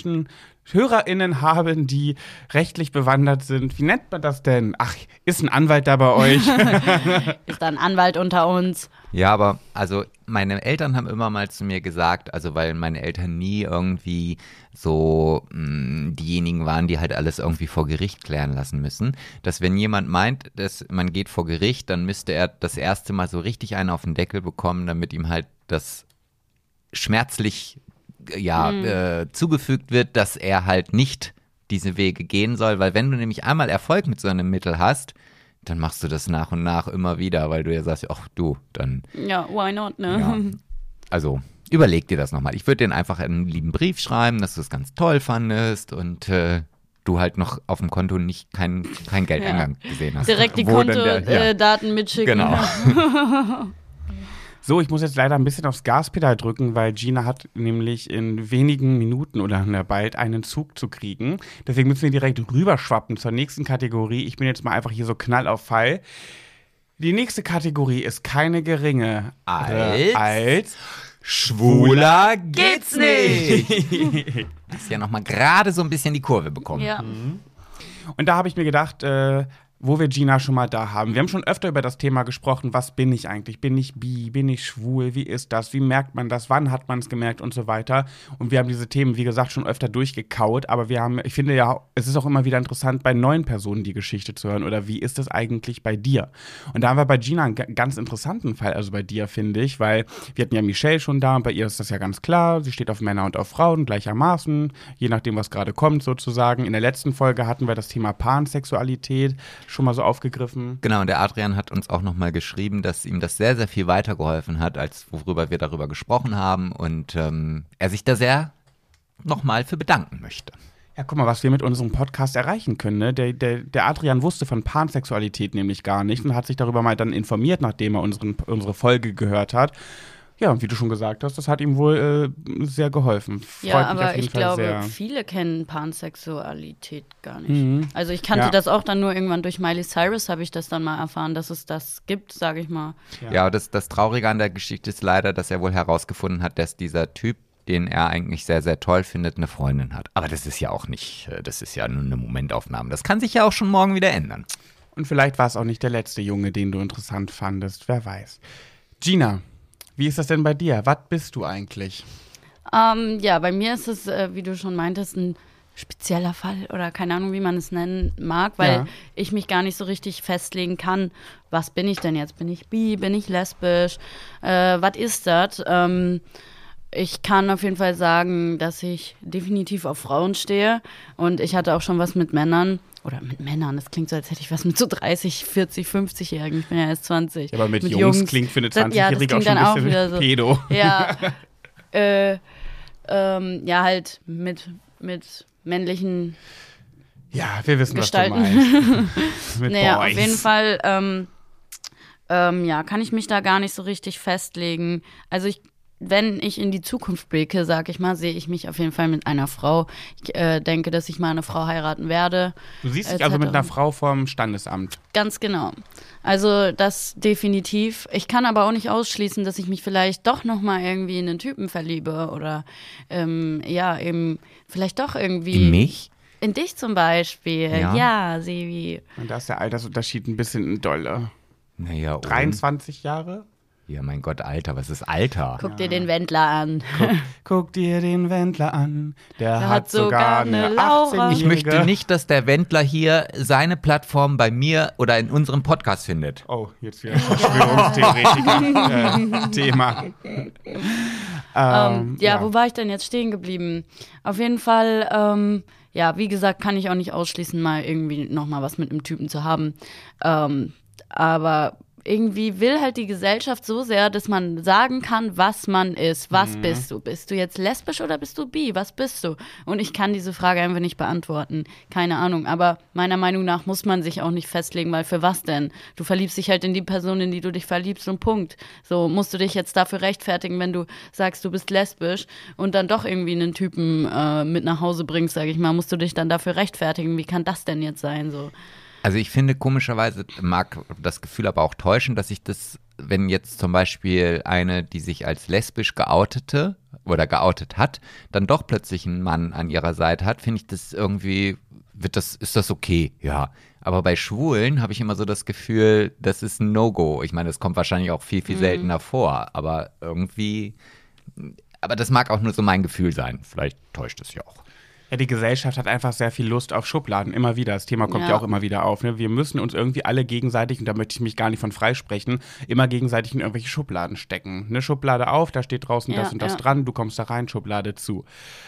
HörerInnen haben, die rechtlich bewandert sind. Wie nennt man das denn? Ach, ist ein Anwalt da bei euch? Ist da ein Anwalt unter uns? Ja, aber also meine Eltern haben immer mal zu mir gesagt, also weil meine Eltern nie irgendwie so diejenigen waren, die halt alles irgendwie vor Gericht klären lassen müssen, dass wenn jemand meint, dass man geht vor Gericht, dann müsste er das erste Mal so richtig einen auf den Deckel bekommen, damit ihm halt das schmerzlich zugefügt wird, dass er halt nicht diese Wege gehen soll, weil wenn du nämlich einmal Erfolg mit so einem Mittel hast, dann machst du das nach und nach immer wieder, weil du ja sagst, ach du, dann, Ja, why not, ne? ja. Also, überleg dir das nochmal. Ich würde denen einfach einen lieben Brief schreiben, dass du es ganz toll fandest und du halt noch auf dem Konto nicht kein Geldeingang gesehen hast. Direkt die Wo denn Kontodaten mitschicken. Genau. So, ich muss jetzt leider ein bisschen aufs Gaspedal drücken, weil Gina hat nämlich in wenigen Minuten oder bald einen Zug zu kriegen. Deswegen müssen wir direkt rüberschwappen zur nächsten Kategorie. Ich bin jetzt mal einfach hier so knall auf Fall. Die nächste Kategorie ist keine geringe als Schwuler geht's nicht. Hast ja nochmal gerade so ein bisschen die Kurve bekommen. Ja. Und da habe ich mir gedacht, wo wir Gina schon mal da haben. Wir haben schon öfter über das Thema gesprochen, was bin ich eigentlich? Bin ich bi? Bin ich schwul? Wie ist das? Wie merkt man das? Wann hat man es gemerkt? Und so weiter. Und wir haben diese Themen, wie gesagt, schon öfter durchgekaut. Aber ich finde ja, es ist auch immer wieder interessant, bei neuen Personen die Geschichte zu hören. Oder wie ist das eigentlich bei dir? Und da haben wir bei Gina einen ganz interessanten Fall, also bei dir, finde ich. Weil wir hatten ja Michelle schon da und bei ihr ist das ja ganz klar. Sie steht auf Männer und auf Frauen gleichermaßen. Je nachdem, was gerade kommt sozusagen. In der letzten Folge hatten wir das Thema Pansexualität schon mal so aufgegriffen. Genau, und der Adrian hat uns auch nochmal geschrieben, dass ihm das sehr, sehr viel weitergeholfen hat, als worüber wir darüber gesprochen haben und er sich da sehr nochmal für bedanken möchte. Ja, guck mal, was wir mit unserem Podcast erreichen können. Ne? Der Adrian wusste von Pansexualität nämlich gar nicht und hat sich darüber mal dann informiert, nachdem er unsere Folge gehört hat. Ja, und wie du schon gesagt hast, das hat ihm wohl sehr geholfen. Freut Ja, mich aber auf jeden ich Fall glaube, sehr. viele kennen Pansexualität gar nicht. Mhm. Also ich kannte Ja. das auch dann nur irgendwann durch Miley Cyrus, habe ich das dann mal erfahren, dass es das gibt, sage ich mal. Ja, das Traurige an der Geschichte ist leider, dass er wohl herausgefunden hat, dass dieser Typ, den er eigentlich sehr, sehr toll findet, eine Freundin hat. Aber das ist ja auch nicht, das ist ja nur eine Momentaufnahme. Das kann sich ja auch schon morgen wieder ändern. Und vielleicht war es auch nicht der letzte Junge, den du interessant fandest, wer weiß. Gina, Wie ist das denn bei dir? Was bist du eigentlich? Ja, bei mir ist es, wie du schon meintest, ein spezieller Fall oder keine Ahnung, wie man es nennen mag, weil ich mich gar nicht so richtig festlegen kann, was bin ich denn jetzt? Bin ich bi? Bin ich lesbisch? Was ist das? Ich kann auf jeden Fall sagen, dass ich definitiv auf Frauen stehe und ich hatte auch schon was mit Männern. Oder mit Männern, das klingt so, als hätte ich was mit so 30, 40, 50-Jährigen. Ich bin ja erst 20. Ja, aber mit Jungs klingt für eine 20-Jährige auch schon ein bisschen so, pedo. Ja, ja, halt mit männlichen Ja, wir wissen, Gestalten. was du meinst. Mit naja, Boys. auf jeden Fall, ja, kann ich mich da gar nicht so richtig festlegen. Also wenn ich in die Zukunft blicke, sag ich mal, sehe ich mich auf jeden Fall mit einer Frau. Ich denke, dass ich mal eine Frau heiraten werde. Du siehst dich also mit einer Frau vom Standesamt. Ganz genau. Also das definitiv. Ich kann aber auch nicht ausschließen, dass ich mich vielleicht doch noch mal irgendwie in einen Typen verliebe oder ja, eben vielleicht doch irgendwie. In mich? In dich zum Beispiel. Ja, Sevi. Und da ist der Altersunterschied ein bisschen dolle. Naja, 23 Jahre? Ja, mein Gott, Alter, was ist Alter? Guck dir den Wendler an. Guck dir den Wendler an. Der hat sogar sogar eine eine Laura. 18-Jährige. Ich möchte nicht, dass der Wendler hier seine Plattform bei mir oder in unserem Podcast findet. Oh, jetzt wieder Verschwörungstheoretiker-Thema. Ja, wo war ich denn jetzt stehen geblieben? Auf jeden Fall, ja, wie gesagt, kann ich auch nicht ausschließen, mal irgendwie noch mal was mit einem Typen zu haben. Aber irgendwie will halt die Gesellschaft so sehr, dass man sagen kann, was man ist. Was bist du? Bist du jetzt lesbisch oder bist du bi? Was bist du? Und ich kann diese Frage einfach nicht beantworten. Keine Ahnung. Aber meiner Meinung nach muss man sich auch nicht festlegen, weil für was denn? Du verliebst dich halt in die Person, in die du dich verliebst und Punkt. So, musst du dich jetzt dafür rechtfertigen, wenn du sagst, du bist lesbisch und dann doch irgendwie einen Typen mit nach Hause bringst, sag ich mal, musst du dich dann dafür rechtfertigen. Wie kann das denn jetzt sein? So. Also ich finde komischerweise, mag das Gefühl aber auch täuschen, dass ich das, wenn jetzt zum Beispiel eine, die sich als lesbisch geoutete oder geoutet hat, dann doch plötzlich einen Mann an ihrer Seite hat, finde ich das irgendwie, ist das okay, ja. Aber bei Schwulen habe ich immer so das Gefühl, das ist ein No-Go. Ich meine, das kommt wahrscheinlich auch viel, viel seltener vor, aber irgendwie, aber das mag auch nur so mein Gefühl sein. Vielleicht täuscht es ja auch. Ja, die Gesellschaft hat einfach sehr viel Lust auf Schubladen, immer wieder. Das Thema kommt ja auch immer wieder auf. Ne? Wir müssen uns irgendwie alle gegenseitig, und da möchte ich mich gar nicht von freisprechen, immer gegenseitig in irgendwelche Schubladen stecken. Eine Schublade auf, da steht draußen das und das dran, du kommst da rein, Schublade zu.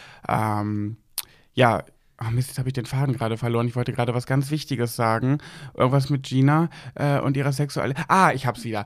Ja, oh Mist, jetzt habe ich den Faden gerade verloren. Ich wollte gerade was ganz Wichtiges sagen. Irgendwas mit Gina und ihrer Sexualität. Ich hab's wieder.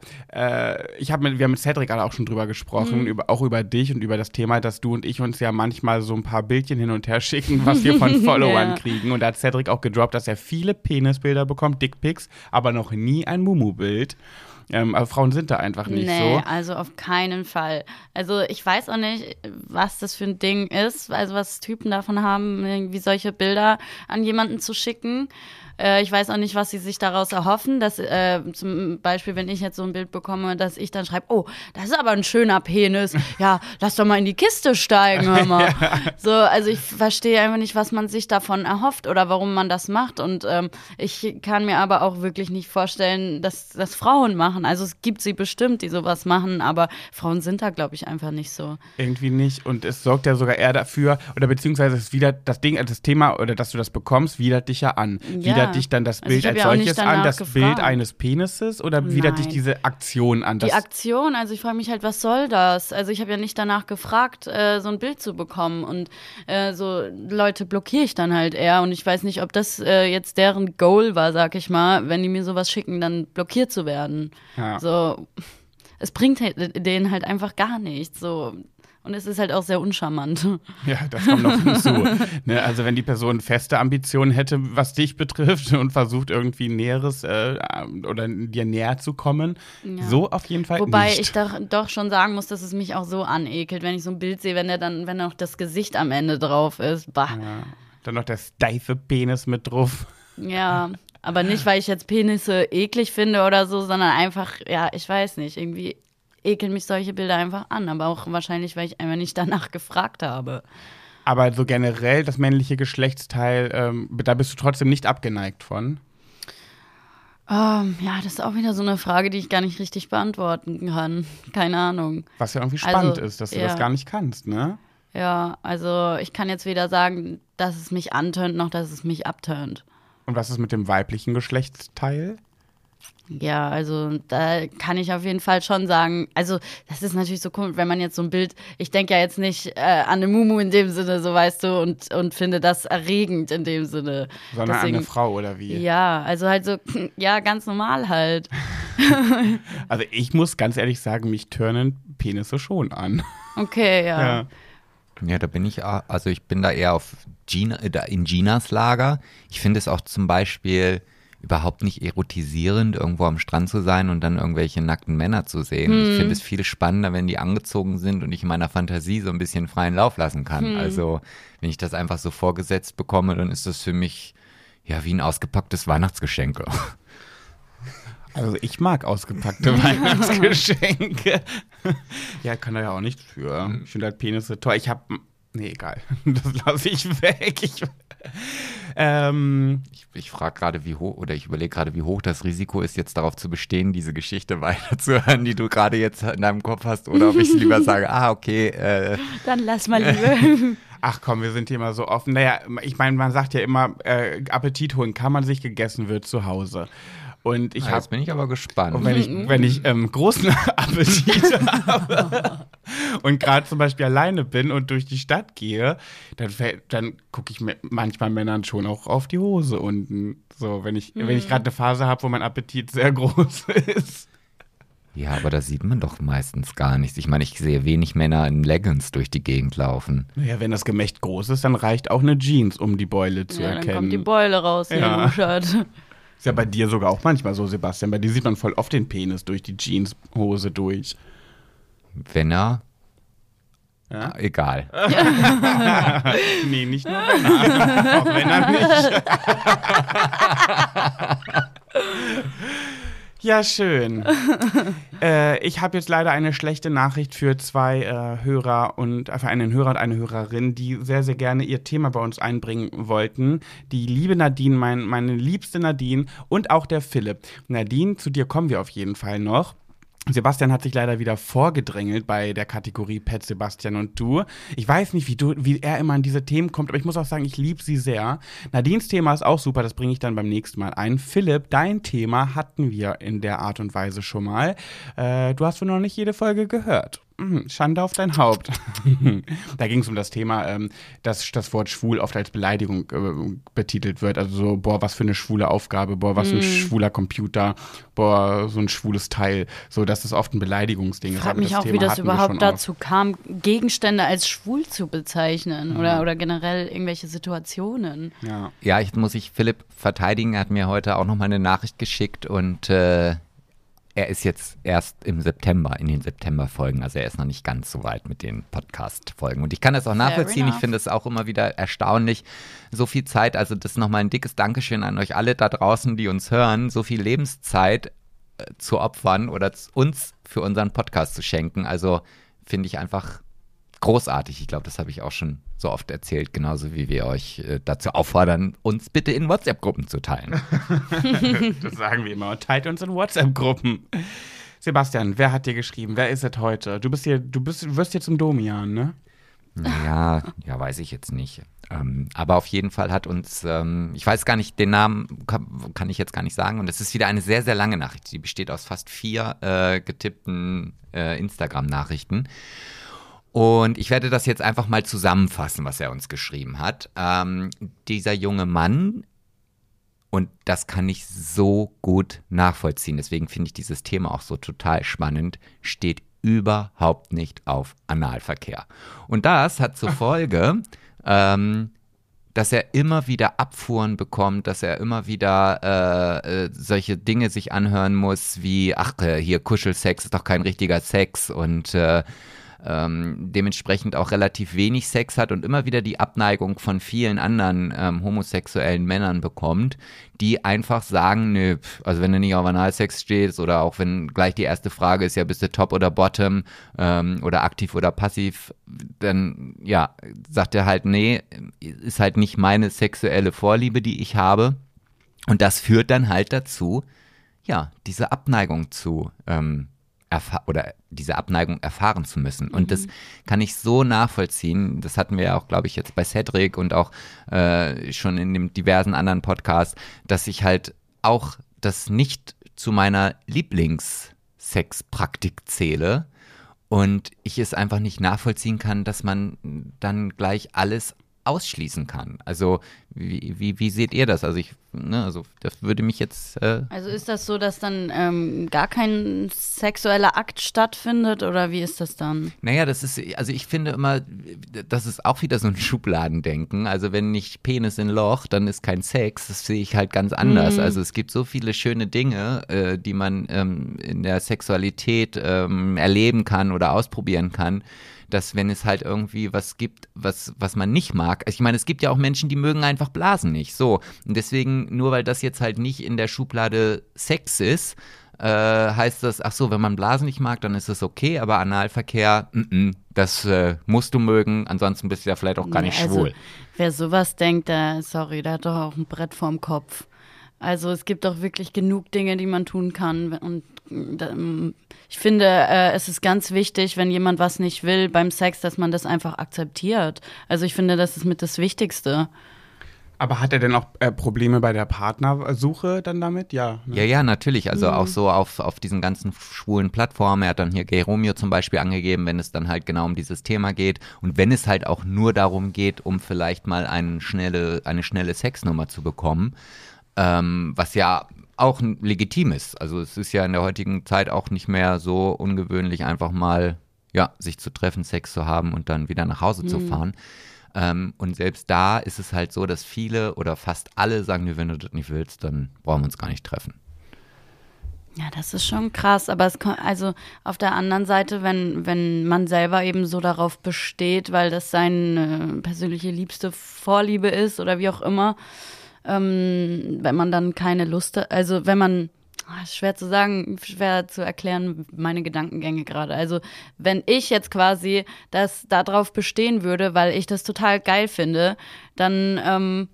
Wir haben mit Cedric alle auch schon drüber gesprochen, auch über dich und über das Thema, dass du und ich uns ja manchmal so ein paar Bildchen hin und her schicken, was wir von Followern kriegen. Und da hat Cedric auch gedroppt, dass er viele Penisbilder bekommt, Dickpics, aber noch nie ein Mumu-Bild. Aber Frauen sind da einfach nicht so. Nee, also auf keinen Fall. Also ich weiß auch nicht, was das für ein Ding ist, also was Typen davon haben, irgendwie solche Bilder an jemanden zu schicken. Ich weiß auch nicht, was sie sich daraus erhoffen, dass zum Beispiel, wenn ich jetzt so ein Bild bekomme, dass ich dann schreibe, oh, das ist aber ein schöner Penis. Ja, lass doch mal in die Kiste steigen, hör mal. So, also ich verstehe einfach nicht, was man sich davon erhofft oder warum man das macht. Und ich kann mir aber auch wirklich nicht vorstellen, dass das Frauen machen. Also es gibt sie bestimmt, die sowas machen, aber Frauen sind da, glaube ich, einfach nicht so. Irgendwie nicht. Und es sorgt ja sogar eher dafür, oder beziehungsweise es wieder das Thema, oder dass du das bekommst, widert dich ja an. Widert dich dann das Bild als solches an, das Bild eines Penises, oder widert dich diese Aktion an? Die Aktion, also ich frage mich halt, was soll das? Also ich habe ja nicht danach gefragt, so ein Bild zu bekommen, und so Leute blockiere ich dann halt eher, und ich weiß nicht, ob das jetzt deren Goal war, sag ich mal, wenn die mir sowas schicken, dann blockiert zu werden. Ja. So, es bringt denen halt einfach gar nichts, so. Und es ist halt auch sehr uncharmant. Ja, das kommt noch hinzu. Ne, also wenn die Person feste Ambitionen hätte, was dich betrifft, und versucht irgendwie Näheres oder dir näher zu kommen, so auf jeden Fall Wobei nicht. ich doch schon sagen muss, dass es mich auch so anekelt, wenn ich so ein Bild sehe, wenn auch das Gesicht am Ende drauf ist. Bah. Ja, dann noch der steife Penis mit drauf. Ja, aber nicht, weil ich jetzt Penisse eklig finde oder so, sondern einfach, ja, ich weiß nicht, irgendwie ekeln mich solche Bilder einfach an, aber auch wahrscheinlich, weil ich einfach nicht danach gefragt habe. Aber so generell das männliche Geschlechtsteil, da bist du trotzdem nicht abgeneigt von? Ja, das ist auch wieder so eine Frage, die ich gar nicht richtig beantworten kann. Keine Ahnung. Was ja irgendwie spannend Also, ist, dass du ja. das gar nicht kannst, ne? Ja, also ich kann jetzt weder sagen, dass es mich antönt, noch dass es mich abtönt. Und was ist mit dem weiblichen Geschlechtsteil? Ja, also da kann ich auf jeden Fall schon sagen, also das ist natürlich so komisch, wenn man jetzt so ein Bild, ich denke ja jetzt nicht an eine Mumu in dem Sinne, so weißt du, und finde das erregend in dem Sinne. Sondern an eine Frau oder wie? Ja, also halt so, ja, ganz normal halt. Also ich muss ganz ehrlich sagen, mich turnen Penisse schon an. Okay, ja. Ja, da bin ich, also ich bin da eher auf in Ginas Lager. Ich finde es auch zum Beispiel überhaupt nicht erotisierend, irgendwo am Strand zu sein und dann irgendwelche nackten Männer zu sehen. Ich finde es viel spannender, wenn die angezogen sind und ich in meiner Fantasie so ein bisschen freien Lauf lassen kann. Also wenn ich das einfach so vorgesetzt bekomme, dann ist das für mich ja wie ein ausgepacktes Weihnachtsgeschenk. Also ich mag ausgepackte Weihnachtsgeschenke. Ja, kann da ja auch nichts für. Ich finde halt Penisse toll. Nee, egal. Das lasse ich weg. Ich frage gerade, wie hoch, oder ich überlege gerade, wie hoch das Risiko ist, jetzt darauf zu bestehen, diese Geschichte weiterzuhören, die du gerade jetzt in deinem Kopf hast, oder ob ich lieber sage, okay. Dann lass mal lieber. Ach komm, wir sind hier immer so offen. Naja, ich meine, man sagt ja immer, Appetit holen kann man sich, gegessen wird zu Hause. Und Jetzt bin ich aber gespannt. Und wenn ich großen Appetit habe und gerade zum Beispiel alleine bin und durch die Stadt gehe, dann gucke ich mir manchmal Männern schon auch auf die Hose unten. So, wenn ich gerade eine Phase habe, wo mein Appetit sehr groß ist. Ja, aber das sieht man doch meistens gar nicht. Ich meine, ich sehe wenig Männer in Leggings durch die Gegend laufen. Naja, wenn das Gemächt groß ist, dann reicht auch eine Jeans, um die Beule zu erkennen. Dann kommt die Beule raus, ja. Schatz. Ist ja bei dir sogar auch manchmal so, Sebastian. Bei dir sieht man voll oft den Penis durch die Jeanshose durch. Wenn er? Ja? Egal. Nee, nicht nur wenn er. Auch wenn er nicht. Ja, schön. Ich habe jetzt leider eine schlechte Nachricht für zwei Hörer und für einen Hörer und eine Hörerin, die sehr, sehr gerne ihr Thema bei uns einbringen wollten. Die liebe Nadine, meine liebste Nadine und auch der Philipp. Nadine, zu dir kommen wir auf jeden Fall noch. Sebastian hat sich leider wieder vorgedrängelt bei der Kategorie Pet Sebastian und du. Ich weiß nicht, wie er immer an diese Themen kommt, aber ich muss auch sagen, ich liebe sie sehr. Nadines Thema ist auch super, das bringe ich dann beim nächsten Mal ein. Philipp, dein Thema hatten wir in der Art und Weise schon mal. Du hast wohl noch nicht jede Folge gehört. Schande auf dein Haupt. Da ging es um das Thema, dass das Wort schwul oft als Beleidigung betitelt wird. Also so, boah, was für eine schwule Aufgabe, boah, was für ein schwuler Computer, boah, so ein schwules Teil. So, dass das oft ein Beleidigungsding ist. Ich frage mich auch, wie das überhaupt dazu kam, Gegenstände als schwul zu bezeichnen oder generell irgendwelche Situationen. Ja, muss ich Philipp verteidigen. Er hat mir heute auch noch mal eine Nachricht geschickt und er ist jetzt erst in den September-Folgen, also er ist noch nicht ganz so weit mit den Podcast-Folgen. Und ich kann das auch nachvollziehen, ich finde es auch immer wieder erstaunlich, so viel Zeit, also das ist nochmal ein dickes Dankeschön an euch alle da draußen, die uns hören, so viel Lebenszeit zu opfern oder uns für unseren Podcast zu schenken. Also finde ich einfach großartig. Ich glaube, das habe ich auch schon so oft erzählt, genauso wie wir euch dazu auffordern, uns bitte in WhatsApp-Gruppen zu teilen. Das sagen wir immer. Teilt uns in WhatsApp-Gruppen. Sebastian, wer hat dir geschrieben? Wer ist es heute? Du wirst hier zum Domian, ne? Ja, weiß ich jetzt nicht. Aber auf jeden Fall hat uns, ich weiß gar nicht, den Namen kann ich jetzt gar nicht sagen. Und es ist wieder eine sehr, sehr lange Nachricht. Die besteht aus fast 4 getippten Instagram-Nachrichten. Und ich werde das jetzt einfach mal zusammenfassen, was er uns geschrieben hat. Dieser junge Mann, und das kann ich so gut nachvollziehen, deswegen finde ich dieses Thema auch so total spannend, steht überhaupt nicht auf Analverkehr. Und das hat zur Folge, dass er immer wieder Abfuhren bekommt, dass er immer wieder solche Dinge sich anhören muss, wie, hier Kuschelsex ist doch kein richtiger Sex und dementsprechend auch relativ wenig Sex hat und immer wieder die Abneigung von vielen anderen homosexuellen Männern bekommt, die einfach sagen, nö, also wenn du nicht auf Analsex stehst oder auch wenn gleich die erste Frage ist, ja, bist du Top oder Bottom oder aktiv oder passiv, dann ja, sagt er halt, nee, ist halt nicht meine sexuelle Vorliebe, die ich habe. Und das führt dann halt dazu, diese Abneigung diese Abneigung erfahren zu müssen. Und das kann ich so nachvollziehen. Das hatten wir ja auch, glaube ich, jetzt bei Cedric und auch schon in den diversen anderen Podcasts, dass ich halt auch das nicht zu meiner Lieblingssexpraktik zähle und ich es einfach nicht nachvollziehen kann, dass man dann gleich alles ausschließen kann. Also wie seht ihr das? Also das würde mich jetzt Also ist das so, dass dann gar kein sexueller Akt stattfindet oder wie ist das dann? Naja, also ich finde immer, das ist auch wieder so ein Schubladendenken. Also wenn nicht Penis in Loch, dann ist kein Sex. Das sehe ich halt ganz anders. Also es gibt so viele schöne Dinge, die man in der Sexualität erleben kann oder ausprobieren kann, dass wenn es halt irgendwie was gibt, was man nicht mag. Also ich meine, es gibt ja auch Menschen, die mögen einfach Blasen nicht. So. Und deswegen, nur weil das jetzt halt nicht in der Schublade Sex ist, heißt das, ach so, wenn man Blasen nicht mag, dann ist es okay, aber Analverkehr, das musst du mögen, ansonsten bist du ja vielleicht auch gar nicht schwul. Wer sowas denkt, der hat doch auch ein Brett vorm Kopf. Also es gibt doch wirklich genug Dinge, die man tun kann und ich finde, es ist ganz wichtig, wenn jemand was nicht will beim Sex, dass man das einfach akzeptiert. Also ich finde, das ist mit das Wichtigste. Aber hat er denn auch Probleme bei der Partnersuche dann damit? Ja. Ne? Ja, natürlich. Also auch so auf diesen ganzen schwulen Plattformen. Er hat dann hier Gay Romeo zum Beispiel angegeben, wenn es dann halt genau um dieses Thema geht. Und wenn es halt auch nur darum geht, um vielleicht mal eine schnelle Sexnummer zu bekommen, was ja auch legitim ist. Also es ist ja in der heutigen Zeit auch nicht mehr so ungewöhnlich, einfach mal sich zu treffen, Sex zu haben und dann wieder nach Hause zu fahren. Und selbst da ist es halt so, dass viele oder fast alle sagen, nee, wenn du das nicht willst, dann brauchen wir uns gar nicht treffen. Ja, das ist schon krass, aber also auf der anderen Seite, wenn man selber eben so darauf besteht, weil das seine persönliche liebste Vorliebe ist oder wie auch immer, wenn man dann keine Lust hat, also wenn man, schwer zu sagen, schwer zu erklären, meine Gedankengänge gerade. Also wenn ich jetzt quasi darauf bestehen würde, weil ich das total geil finde, dann,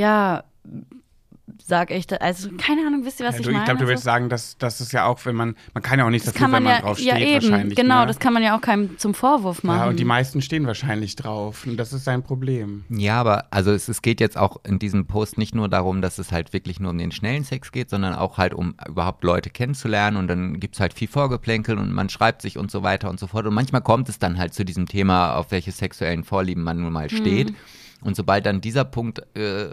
sag ich, also keine Ahnung, wisst ihr, was ich meine? Ich glaube, du willst sagen, dass das ist ja auch, wenn man kann ja auch nicht dafür, wenn man drauf steht, eben, wahrscheinlich. Genau, ne? Das kann man ja auch keinem zum Vorwurf machen. Ja, und die meisten stehen wahrscheinlich drauf und das ist sein Problem. Ja, aber also es geht jetzt auch in diesem Post nicht nur darum, dass es halt wirklich nur um den schnellen Sex geht, sondern auch halt um überhaupt Leute kennenzulernen und dann gibt es halt viel Vorgeplänkel und man schreibt sich und so weiter und so fort und manchmal kommt es dann halt zu diesem Thema, auf welche sexuellen Vorlieben man nun mal steht. Und sobald dann dieser Punkt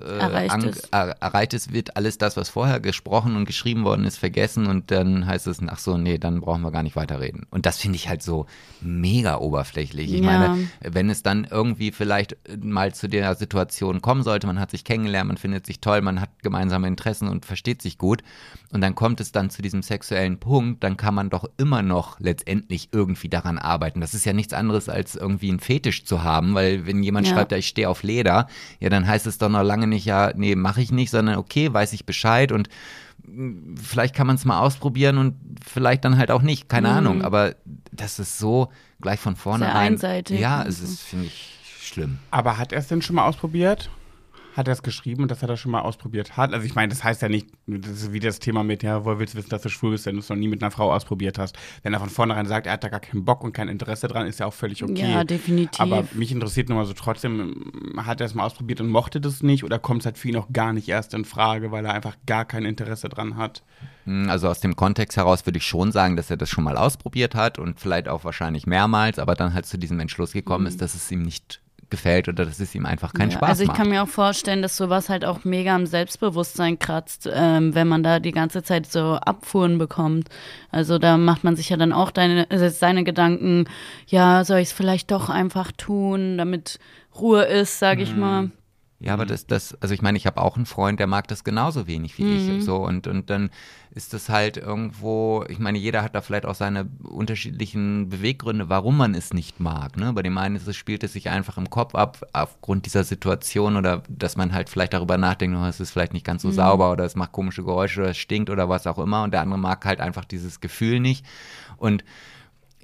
erreicht ist, wird alles das, was vorher gesprochen und geschrieben worden ist, vergessen und dann heißt es, ach so, nee, dann brauchen wir gar nicht weiterreden. Und das finde ich halt so mega oberflächlich. Ich meine, wenn es dann irgendwie vielleicht mal zu der Situation kommen sollte, man hat sich kennengelernt, man findet sich toll, man hat gemeinsame Interessen und versteht sich gut und dann kommt es dann zu diesem sexuellen Punkt, dann kann man doch immer noch letztendlich irgendwie daran arbeiten. Das ist ja nichts anderes, als irgendwie einen Fetisch zu haben, weil wenn jemand schreibt, ja, ich stehe auf Leder, ja, dann heißt es doch noch lange nicht, ja, nee, mache ich nicht, sondern okay, weiß ich Bescheid und vielleicht kann man es mal ausprobieren und vielleicht dann halt auch nicht, keine Ahnung, aber das ist so gleich von vornherein. Sehr einseitig. Ja, es ist, finde ich, schlimm. Aber hat er es denn schon mal ausprobiert? Hat er es geschrieben und das hat er schon mal ausprobiert hat? Also ich meine, das heißt ja nicht, das ist wie das Thema mit, ja, woher willst du wissen, dass du schwul bist, wenn du es noch nie mit einer Frau ausprobiert hast? Wenn er von vornherein sagt, er hat da gar keinen Bock und kein Interesse dran, ist ja auch völlig okay. Ja, definitiv. Aber mich interessiert nur mal so trotzdem, hat er es mal ausprobiert und mochte das nicht oder kommt es halt für ihn auch gar nicht erst in Frage, weil er einfach gar kein Interesse dran hat? Also aus dem Kontext heraus würde ich schon sagen, dass er das schon mal ausprobiert hat und vielleicht auch wahrscheinlich mehrmals, aber dann halt zu diesem Entschluss gekommen ist, dass es ihm nicht gefällt oder dass es ihm einfach keinen Spaß macht. Also ich kann mir auch vorstellen, dass sowas halt auch mega am Selbstbewusstsein kratzt, wenn man da die ganze Zeit so Abfuhren bekommt. Also da macht man sich ja dann auch seine Gedanken, ja, soll ich es vielleicht doch einfach tun, damit Ruhe ist, sage ich mal. Ja, aber also ich meine, ich habe auch einen Freund, der mag das genauso wenig wie ich. So, und dann ist das halt irgendwo, ich meine, jeder hat da vielleicht auch seine unterschiedlichen Beweggründe, warum man es nicht mag. Ne? Bei dem einen spielt es sich einfach im Kopf ab, aufgrund dieser Situation oder dass man halt vielleicht darüber nachdenkt, oh, es ist vielleicht nicht ganz so sauber oder es macht komische Geräusche oder es stinkt oder was auch immer. Und der andere mag halt einfach dieses Gefühl nicht. Und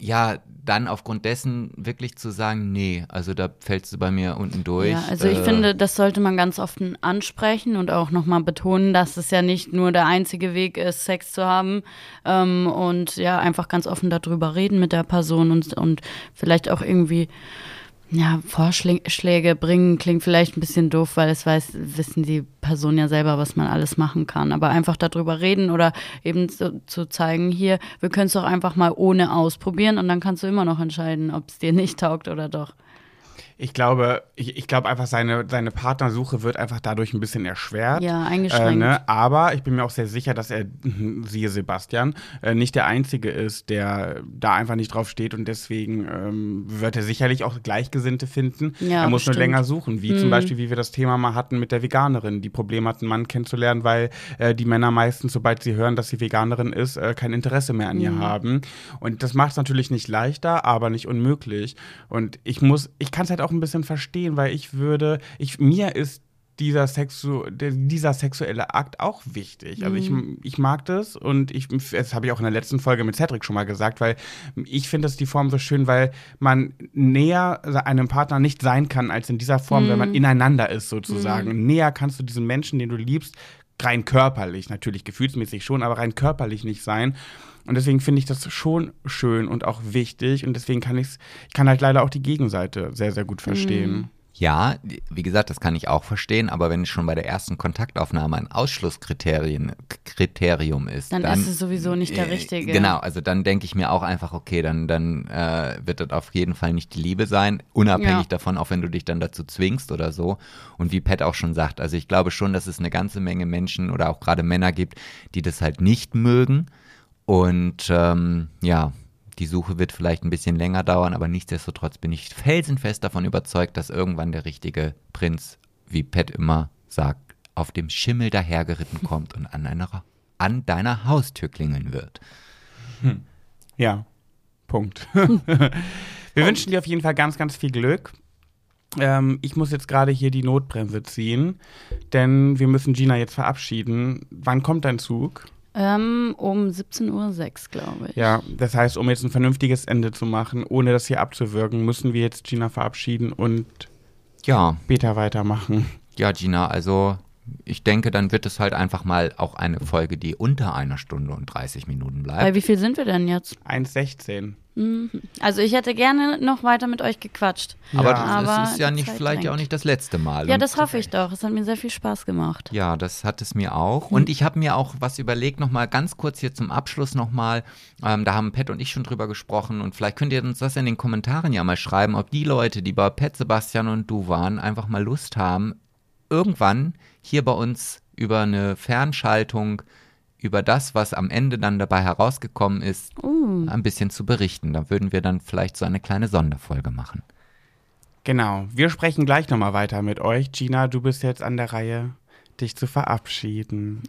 ja, dann aufgrund dessen wirklich zu sagen, nee, also da fällst du bei mir unten durch. Ja, also ich finde, das sollte man ganz offen ansprechen und auch nochmal betonen, dass es ja nicht nur der einzige Weg ist, Sex zu haben und ja, einfach ganz offen darüber reden mit der Person und vielleicht auch irgendwie Vorschläge bringen, klingt vielleicht ein bisschen doof, weil wissen die Personen ja selber, was man alles machen kann. Aber einfach darüber reden oder eben zu zeigen, hier, wir können es doch einfach mal ohne ausprobieren und dann kannst du immer noch entscheiden, ob es dir nicht taugt oder doch. Ich glaube einfach, seine Partnersuche wird einfach dadurch ein bisschen erschwert. Ja, eingeschränkt. Aber ich bin mir auch sehr sicher, dass er, siehe Sebastian, nicht der Einzige ist, der da einfach nicht drauf steht und deswegen wird er sicherlich auch Gleichgesinnte finden. Ja, er muss nur bestimmt. länger suchen, wie zum Beispiel, wie wir das Thema mal hatten mit der Veganerin, die Probleme hat, einen Mann kennenzulernen, weil die Männer meistens, sobald sie hören, dass sie Veganerin ist, kein Interesse mehr an ihr haben. Und das macht es natürlich nicht leichter, aber nicht unmöglich. Und ich kann es halt auch ein bisschen verstehen, weil mir ist dieser sexuelle Akt auch wichtig. Also ich mag das und das habe ich auch in der letzten Folge mit Cedric schon mal gesagt, weil ich finde das die Form so schön, weil man näher einem Partner nicht sein kann als in dieser Form, wenn man ineinander ist sozusagen. Näher kannst du diesen Menschen, den du liebst, rein körperlich, natürlich gefühlsmäßig schon, aber rein körperlich nicht sein. Und deswegen finde ich das schon schön und auch wichtig. Und deswegen kann halt leider auch die Gegenseite sehr, sehr gut verstehen. Ja, wie gesagt, das kann ich auch verstehen, aber wenn es schon bei der ersten Kontaktaufnahme ein Ausschlusskriterium ist, dann ist es sowieso nicht der Richtige. Genau, also dann denke ich mir auch einfach, okay, dann wird das auf jeden Fall nicht die Liebe sein, unabhängig davon, auch wenn du dich dann dazu zwingst oder so. Und wie Pat auch schon sagt, also ich glaube schon, dass es eine ganze Menge Menschen oder auch gerade Männer gibt, die das halt nicht mögen. Und die Suche wird vielleicht ein bisschen länger dauern, aber nichtsdestotrotz bin ich felsenfest davon überzeugt, dass irgendwann der richtige Prinz, wie Pat immer sagt, auf dem Schimmel dahergeritten kommt und an deiner Haustür klingeln wird. Ja, Punkt. Wir wünschen dir auf jeden Fall ganz, ganz viel Glück. Ich muss jetzt gerade hier die Notbremse ziehen, denn wir müssen Gina jetzt verabschieden. Wann kommt dein Zug? Um 17:06 Uhr, glaube ich. Ja, das heißt, um jetzt ein vernünftiges Ende zu machen, ohne das hier abzuwürgen, müssen wir jetzt Gina verabschieden und später weitermachen. Ja, Gina, also ich denke, dann wird es halt einfach mal auch eine Folge, die unter 1 Stunde und 30 Minuten bleibt. Bei wie viel sind wir denn jetzt? 1,16. Also ich hätte gerne noch weiter mit euch gequatscht. Aber Ja. das ist ja die nicht, Zeit vielleicht ja auch drängt. nicht das letzte Mal. Ja, Und das hoffe ich doch. Es hat mir sehr viel Spaß gemacht. ja, das hat es mir auch. Und ich habe mir auch was überlegt, nochmal ganz kurz hier zum Abschluss nochmal. Da haben Pat und ich schon drüber gesprochen und vielleicht könnt ihr uns das in den Kommentaren ja mal schreiben, ob die Leute, die bei Pat, Sebastian und du waren, einfach mal Lust haben, irgendwann hier bei uns über eine Fernschaltung über das, was am Ende dann dabei herausgekommen ist, ein bisschen zu berichten. Da würden wir dann vielleicht so eine kleine Sonderfolge machen. Genau. Wir sprechen gleich nochmal weiter mit euch. Gina, du bist jetzt an der Reihe, dich zu verabschieden.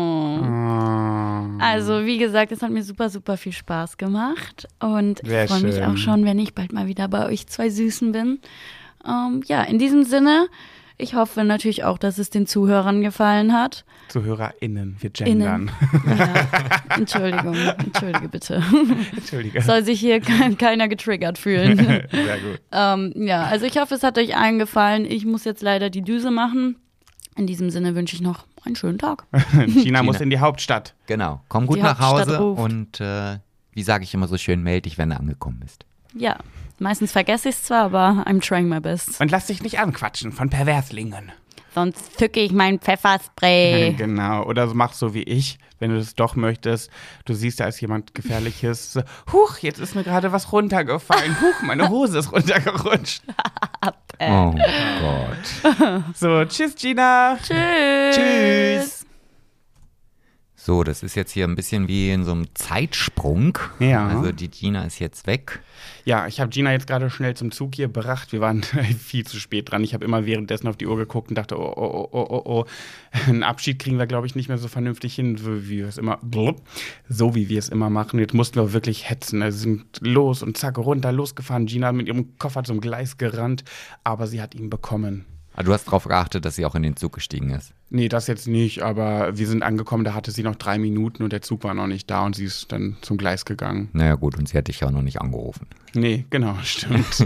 Also, wie gesagt, es hat mir super, super viel Spaß gemacht. Und Sehr ich freue mich schön. auch schon, wenn ich bald mal wieder bei euch zwei Süßen bin. In diesem Sinne, ich hoffe natürlich auch, dass es den Zuhörern gefallen hat. ZuhörerInnen, wir gendern. Ja, entschuldige bitte. Entschuldige. Soll sich hier keiner getriggert fühlen. Sehr gut. Also ich hoffe, es hat euch allen gefallen. Ich muss jetzt leider die Düse machen. In diesem Sinne wünsche ich noch einen schönen Tag. Gina muss in die Hauptstadt. Genau, komm gut Die nach Hauptstadt Hause ruft. und wie sage ich immer so schön, melde dich, wenn du angekommen bist. Ja, meistens vergesse ich es zwar, aber I'm trying my best. Und lass dich nicht anquatschen von Perverslingen. Sonst zücke ich mein Pfefferspray. Genau, oder so mach so wie ich, wenn du das doch möchtest. Du siehst, da ist jemand Gefährliches. So, huch, jetzt ist mir gerade was runtergefallen. Huch, meine Hose ist runtergerutscht. Oh Gott. So, tschüss, Gina. Tschüss. So, das ist jetzt hier ein bisschen wie in so einem Zeitsprung. Ja. Also die Gina ist jetzt weg. Ja, ich habe Gina jetzt gerade schnell zum Zug hier gebracht. Wir waren viel zu spät dran. Ich habe immer währenddessen auf die Uhr geguckt und dachte, oh. Einen Abschied kriegen wir, glaube ich, nicht mehr so vernünftig hin, so wie wir es immer machen. Jetzt mussten wir wirklich hetzen. Wir sind los und zack, runter, losgefahren. Gina mit ihrem Koffer zum Gleis gerannt, aber sie hat ihn bekommen. Aber du hast darauf geachtet, dass sie auch in den Zug gestiegen ist. Nee, das jetzt nicht, aber wir sind angekommen, da hatte sie noch 3 Minuten und der Zug war noch nicht da und sie ist dann zum Gleis gegangen. Naja gut, und sie hat dich ja auch noch nicht angerufen. Nee, genau, stimmt.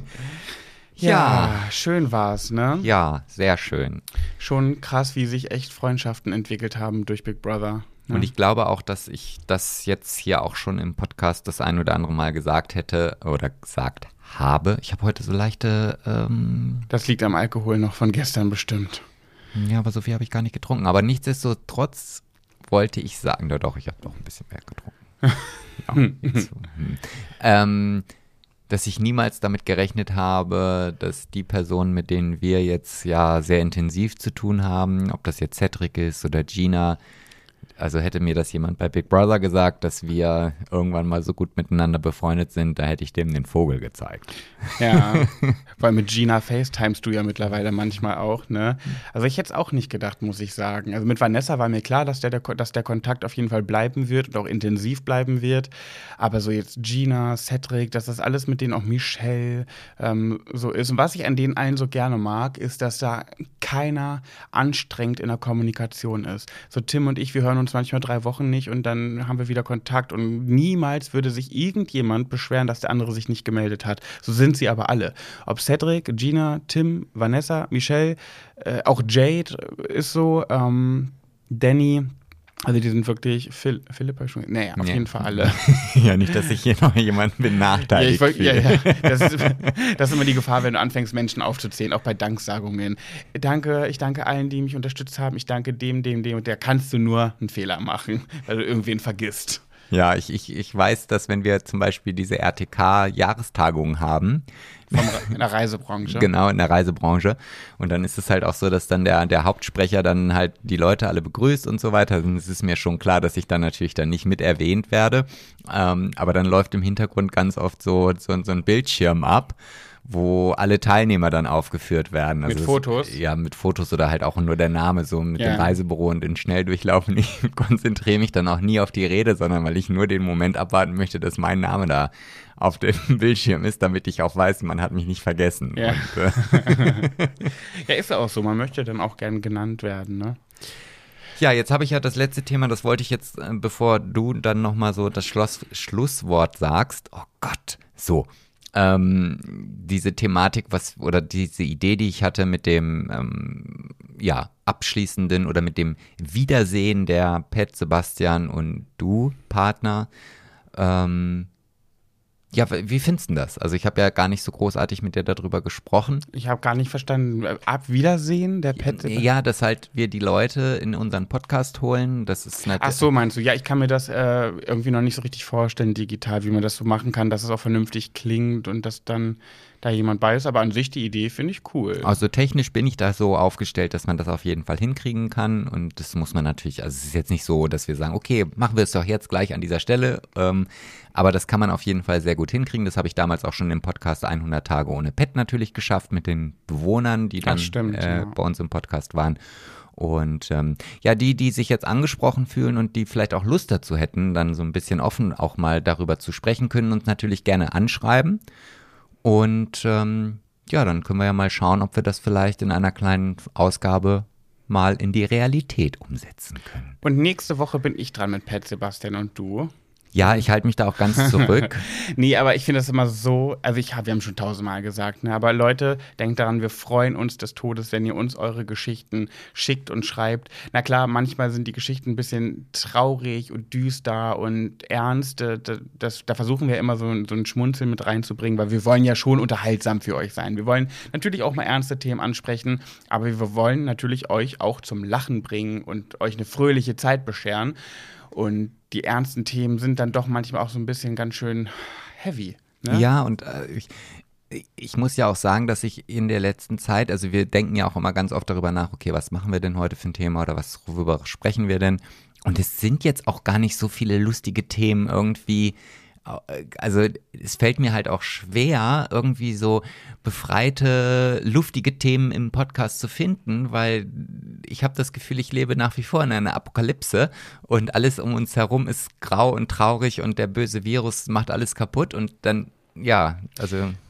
Ja, schön war's, ne? Ja, sehr schön. Schon krass, wie sich echt Freundschaften entwickelt haben durch Big Brother. Ne? Und ich glaube auch, dass ich das jetzt hier auch schon im Podcast das ein oder andere Mal gesagt hätte oder gesagt habe. Ich habe heute so leichte Das liegt am Alkohol noch von gestern bestimmt. Ja, aber so viel habe ich gar nicht getrunken. Aber nichtsdestotrotz wollte ich sagen, doch, ich habe noch ein bisschen mehr getrunken. Ja, jetzt so. Dass ich niemals damit gerechnet habe, dass die Personen, mit denen wir jetzt ja sehr intensiv zu tun haben, ob das jetzt Cedric ist oder Gina, also hätte mir das jemand bei Big Brother gesagt, dass wir irgendwann mal so gut miteinander befreundet sind, da hätte ich dem den Vogel gezeigt. Ja, weil mit Gina FaceTimest du ja mittlerweile manchmal auch, ne? Also ich hätte es auch nicht gedacht, muss ich sagen. Also mit Vanessa war mir klar, dass der Kontakt auf jeden Fall bleiben wird und auch intensiv bleiben wird. Aber so jetzt Gina, Cedric, dass das alles mit denen auch Michelle so ist. Und was ich an denen allen so gerne mag, ist, dass da keiner anstrengend in der Kommunikation ist. So Tim und ich, wir hören uns manchmal 3 Wochen nicht und dann haben wir wieder Kontakt und niemals würde sich irgendjemand beschweren, dass der andere sich nicht gemeldet hat. So sind sie aber alle. Ob Cedric, Gina, Tim, Vanessa, Michelle, auch Jade ist so, Danny, also die sind wirklich, Philipp habe ich schon, naja, auf jeden Fall alle. Ja, nicht, dass ich hier noch jemanden benachteiligt fühle. Das ist immer die Gefahr, wenn du anfängst, Menschen aufzuzählen, auch bei Danksagungen. Ich danke allen, die mich unterstützt haben, ich danke dem und der, kannst du nur einen Fehler machen, weil du irgendwen vergisst. Ja, ich weiß, dass wenn wir zum Beispiel diese RTK-Jahrestagungen haben, in der Reisebranche. Genau, in der Reisebranche. Und dann ist es halt auch so, dass dann der Hauptsprecher dann halt die Leute alle begrüßt und so weiter. Und es ist mir schon klar, dass ich dann natürlich dann nicht mit erwähnt werde. Aber dann läuft im Hintergrund ganz oft so ein Bildschirm ab, wo alle Teilnehmer dann aufgeführt werden. Also mit Fotos? Ja, mit Fotos oder halt auch nur der Name, so mit dem Reisebüro und den Schnelldurchlaufen. Ich konzentriere mich dann auch nie auf die Rede, sondern weil ich nur den Moment abwarten möchte, dass mein Name da auf dem Bildschirm ist, damit ich auch weiß, man hat mich nicht vergessen. Ja, Und, ja, ist ja auch so. Man möchte dann auch gern genannt werden, ne? Ja, jetzt habe ich ja das letzte Thema, das wollte ich jetzt, bevor du dann nochmal so das Schlusswort sagst. Oh Gott, so. Diese Thematik, oder diese Idee, die ich hatte mit dem abschließenden oder mit dem Wiedersehen der Pet, Sebastian und du, Partner. Ja, wie findest du das? Also ich habe ja gar nicht so großartig mit dir darüber gesprochen. Ich habe gar nicht verstanden. Ab Wiedersehen der Pet? Ja, dass halt wir die Leute in unseren Podcast holen. Das ist Ach so, meinst du? Ja, ich kann mir das irgendwie noch nicht so richtig vorstellen, digital, wie man das so machen kann, dass es auch vernünftig klingt und dass dann da jemand bei ist. Aber an sich die Idee finde ich cool. Also technisch bin ich da so aufgestellt, dass man das auf jeden Fall hinkriegen kann. Und das muss man natürlich, also es ist jetzt nicht so, dass wir sagen, okay, machen wir es doch jetzt gleich an dieser Stelle. Aber das kann man auf jeden Fall sehr gut hinkriegen. Das habe ich damals auch schon im Podcast 100 Tage ohne Pet natürlich geschafft mit den Bewohnern, die dann bei uns im Podcast waren. Und die sich jetzt angesprochen fühlen und die vielleicht auch Lust dazu hätten, dann so ein bisschen offen auch mal darüber zu sprechen, können uns natürlich gerne anschreiben. Und dann können wir ja mal schauen, ob wir das vielleicht in einer kleinen Ausgabe mal in die Realität umsetzen können. Und nächste Woche bin ich dran mit Pet, Sebastian und du. Ja, ich halte mich da auch ganz zurück. Nee, aber ich finde das immer so, also wir haben schon 1000-mal gesagt, ne, aber Leute, denkt daran, wir freuen uns des Todes, wenn ihr uns eure Geschichten schickt und schreibt. Na klar, manchmal sind die Geschichten ein bisschen traurig und düster und ernst. Da versuchen wir immer so ein Schmunzeln mit reinzubringen, weil wir wollen ja schon unterhaltsam für euch sein. Wir wollen natürlich auch mal ernste Themen ansprechen, aber wir wollen natürlich euch auch zum Lachen bringen und euch eine fröhliche Zeit bescheren. Und die ernsten Themen sind dann doch manchmal auch so ein bisschen ganz schön heavy. Ne? Ja, und ich muss ja auch sagen, dass ich in der letzten Zeit, also wir denken ja auch immer ganz oft darüber nach, okay, was machen wir denn heute für ein Thema oder worüber sprechen wir denn? Und es sind jetzt auch gar nicht so viele lustige Themen irgendwie. Also es fällt mir halt auch schwer, irgendwie so befreite, luftige Themen im Podcast zu finden, weil ich habe das Gefühl, ich lebe nach wie vor in einer Apokalypse und alles um uns herum ist grau und traurig und der böse Virus macht alles kaputt und dann, ja, also...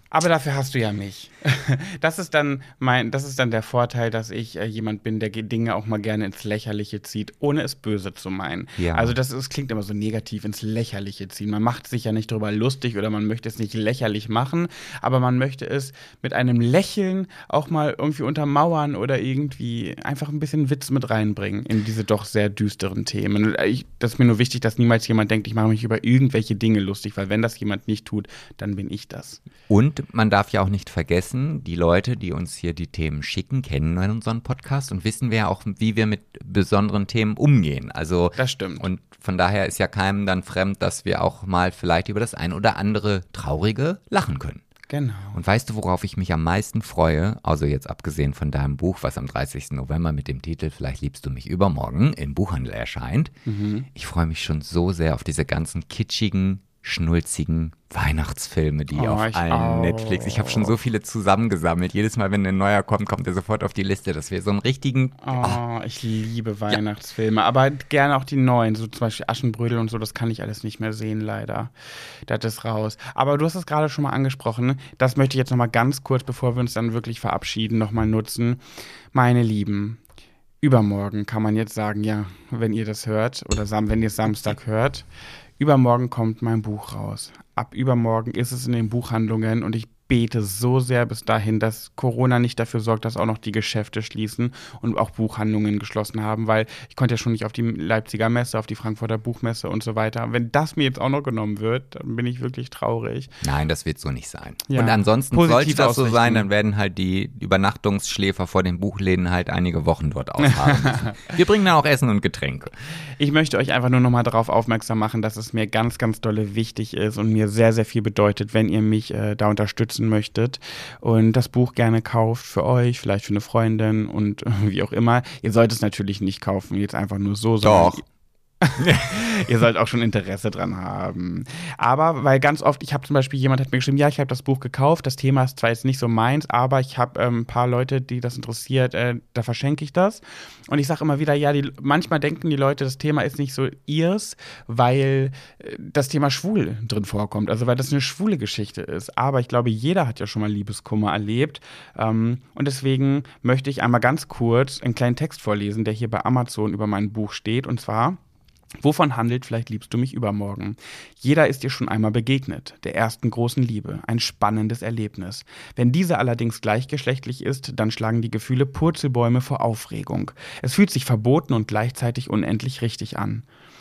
Aber dafür hast du ja mich. Das ist dann der Vorteil, dass ich jemand bin, der Dinge auch mal gerne ins Lächerliche zieht, ohne es böse zu meinen. Ja. Also das klingt immer so negativ, ins Lächerliche ziehen. Man macht sich ja nicht darüber lustig oder man möchte es nicht lächerlich machen, aber man möchte es mit einem Lächeln auch mal irgendwie untermauern oder irgendwie einfach ein bisschen Witz mit reinbringen in diese doch sehr düsteren Themen. Das ist mir nur wichtig, dass niemals jemand denkt, ich mache mich über irgendwelche Dinge lustig, weil wenn das jemand nicht tut, dann bin ich das. Und man darf ja auch nicht vergessen, die Leute, die uns hier die Themen schicken, kennen unseren Podcast und wissen wir ja auch, wie wir mit besonderen Themen umgehen. Also, das stimmt. Und von daher ist ja keinem dann fremd, dass wir auch mal vielleicht über das ein oder andere Traurige lachen können. Genau. Und weißt du, worauf ich mich am meisten freue, also jetzt abgesehen von deinem Buch, was am 30. November mit dem Titel Vielleicht liebst du mich übermorgen im Buchhandel erscheint. Ich freue mich schon so sehr auf diese ganzen kitschigen, schnulzigen Weihnachtsfilme, die auf allen Netflix. Ich habe schon so viele zusammengesammelt. Jedes Mal, wenn ein neuer kommt, kommt er sofort auf die Liste, dass wir so einen richtigen. Ich liebe Weihnachtsfilme, aber gerne auch die neuen, so zum Beispiel Aschenbrödel und so, das kann ich alles nicht mehr sehen, leider. Das ist raus. Aber du hast es gerade schon mal angesprochen. Das möchte ich jetzt noch mal ganz kurz, bevor wir uns dann wirklich verabschieden, noch mal nutzen. Meine Lieben, übermorgen kann man jetzt sagen, ja, wenn ihr das hört oder wenn ihr es Samstag hört. Übermorgen kommt mein Buch raus. Ab übermorgen ist es in den Buchhandlungen und ich bete so sehr bis dahin, dass Corona nicht dafür sorgt, dass auch noch die Geschäfte schließen und auch Buchhandlungen geschlossen haben, weil ich konnte ja schon nicht auf die Leipziger Messe, auf die Frankfurter Buchmesse und so weiter. Wenn das mir jetzt auch noch genommen wird, dann bin ich wirklich traurig. Nein, das wird so nicht sein. Ja. Und ansonsten Positiv sollte das so ausrichten. sein, dann werden halt die Übernachtungsschläfer vor den Buchläden halt einige Wochen dort ausharren müssen. Wir bringen dann auch Essen und Getränke. Ich möchte euch einfach nur noch mal darauf aufmerksam machen, dass es mir ganz, ganz dolle wichtig ist und mir sehr, sehr viel bedeutet, wenn ihr mich da unterstützen möchtet und das Buch gerne kauft für euch, vielleicht für eine Freundin und wie auch immer. Ihr sollt es natürlich nicht kaufen, jetzt einfach nur so, sondern Doch. Ihr sollt auch schon Interesse dran haben. Aber, weil ganz oft, ich habe zum Beispiel, jemand hat mir geschrieben, ja, ich habe das Buch gekauft, das Thema ist zwar jetzt nicht so meins, aber ich habe ein paar Leute, die das interessiert, da verschenke ich das. Und ich sage immer wieder, ja, manchmal denken die Leute, das Thema ist nicht so ihrs, weil das Thema schwul drin vorkommt, also weil das eine schwule Geschichte ist. Aber ich glaube, jeder hat ja schon mal Liebeskummer erlebt. Und deswegen möchte ich einmal ganz kurz einen kleinen Text vorlesen, der hier bei Amazon über mein Buch steht, und zwar: Wovon handelt Vielleicht liebst du mich übermorgen? Jeder ist dir schon einmal begegnet, der ersten großen Liebe, ein spannendes Erlebnis. Wenn diese allerdings gleichgeschlechtlich ist, dann schlagen die Gefühle Purzelbäume vor Aufregung. Es fühlt sich verboten und gleichzeitig unendlich richtig an.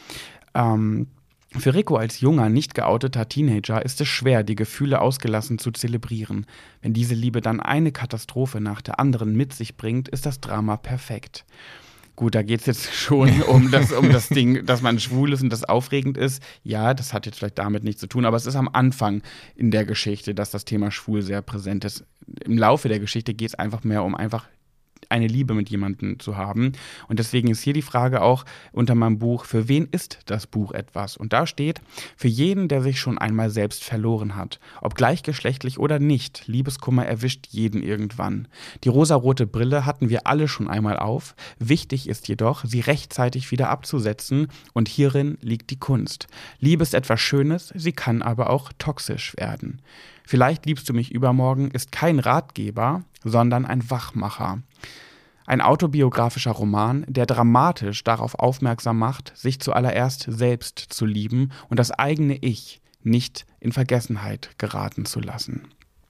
Für Rico als junger, nicht geouteter Teenager ist es schwer, die Gefühle ausgelassen zu zelebrieren. Wenn diese Liebe dann eine Katastrophe nach der anderen mit sich bringt, ist das Drama perfekt. Gut, da geht es jetzt schon um das Ding, dass man schwul ist und das aufregend ist. Ja, das hat jetzt vielleicht damit nichts zu tun, aber es ist am Anfang in der Geschichte, dass das Thema schwul sehr präsent ist. Im Laufe der Geschichte geht es einfach mehr um einfach eine Liebe mit jemandem zu haben. Und deswegen ist hier die Frage auch unter meinem Buch, für wen ist das Buch etwas? Und da steht: Für jeden, der sich schon einmal selbst verloren hat. Ob gleichgeschlechtlich oder nicht, Liebeskummer erwischt jeden irgendwann. Die rosarote Brille hatten wir alle schon einmal auf. Wichtig ist jedoch, sie rechtzeitig wieder abzusetzen, und hierin liegt die Kunst. Liebe ist etwas Schönes, sie kann aber auch toxisch werden. Vielleicht liebst du mich übermorgen ist kein Ratgeber, sondern ein Wachmacher. Ein autobiografischer Roman, der dramatisch darauf aufmerksam macht, sich zuallererst selbst zu lieben und das eigene Ich nicht in Vergessenheit geraten zu lassen.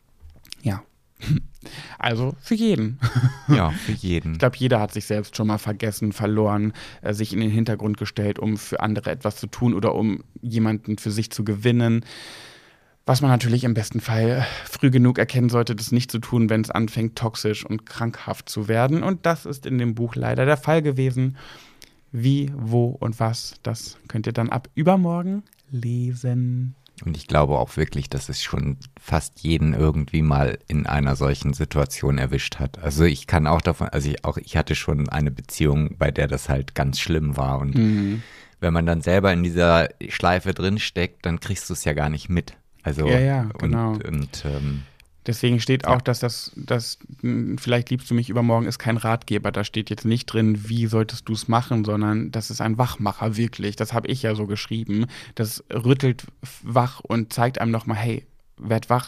Ja, also für jeden. Ja, für jeden. Ich glaube, jeder hat sich selbst schon mal vergessen, verloren, sich in den Hintergrund gestellt, um für andere etwas zu tun oder um jemanden für sich zu gewinnen. Was man natürlich im besten Fall früh genug erkennen sollte, das nicht zu tun, wenn es anfängt, toxisch und krankhaft zu werden. Und das ist in dem Buch leider der Fall gewesen. Wie, wo und was, das könnt ihr dann ab übermorgen lesen. Und ich glaube auch wirklich, dass es schon fast jeden irgendwie mal in einer solchen Situation erwischt hat. Also ich kann auch davon, ich hatte schon eine Beziehung, bei der das halt ganz schlimm war. Und wenn man dann selber in dieser Schleife drin steckt, dann kriegst du es ja gar nicht mit. Also, ja, genau. Deswegen steht auch, dass Vielleicht liebst du mich übermorgen ist kein Ratgeber. Da steht jetzt nicht drin, wie solltest du es machen, sondern das ist ein Wachmacher, wirklich. Das habe ich ja so geschrieben. Das rüttelt wach und zeigt einem nochmal, hey, werd wach,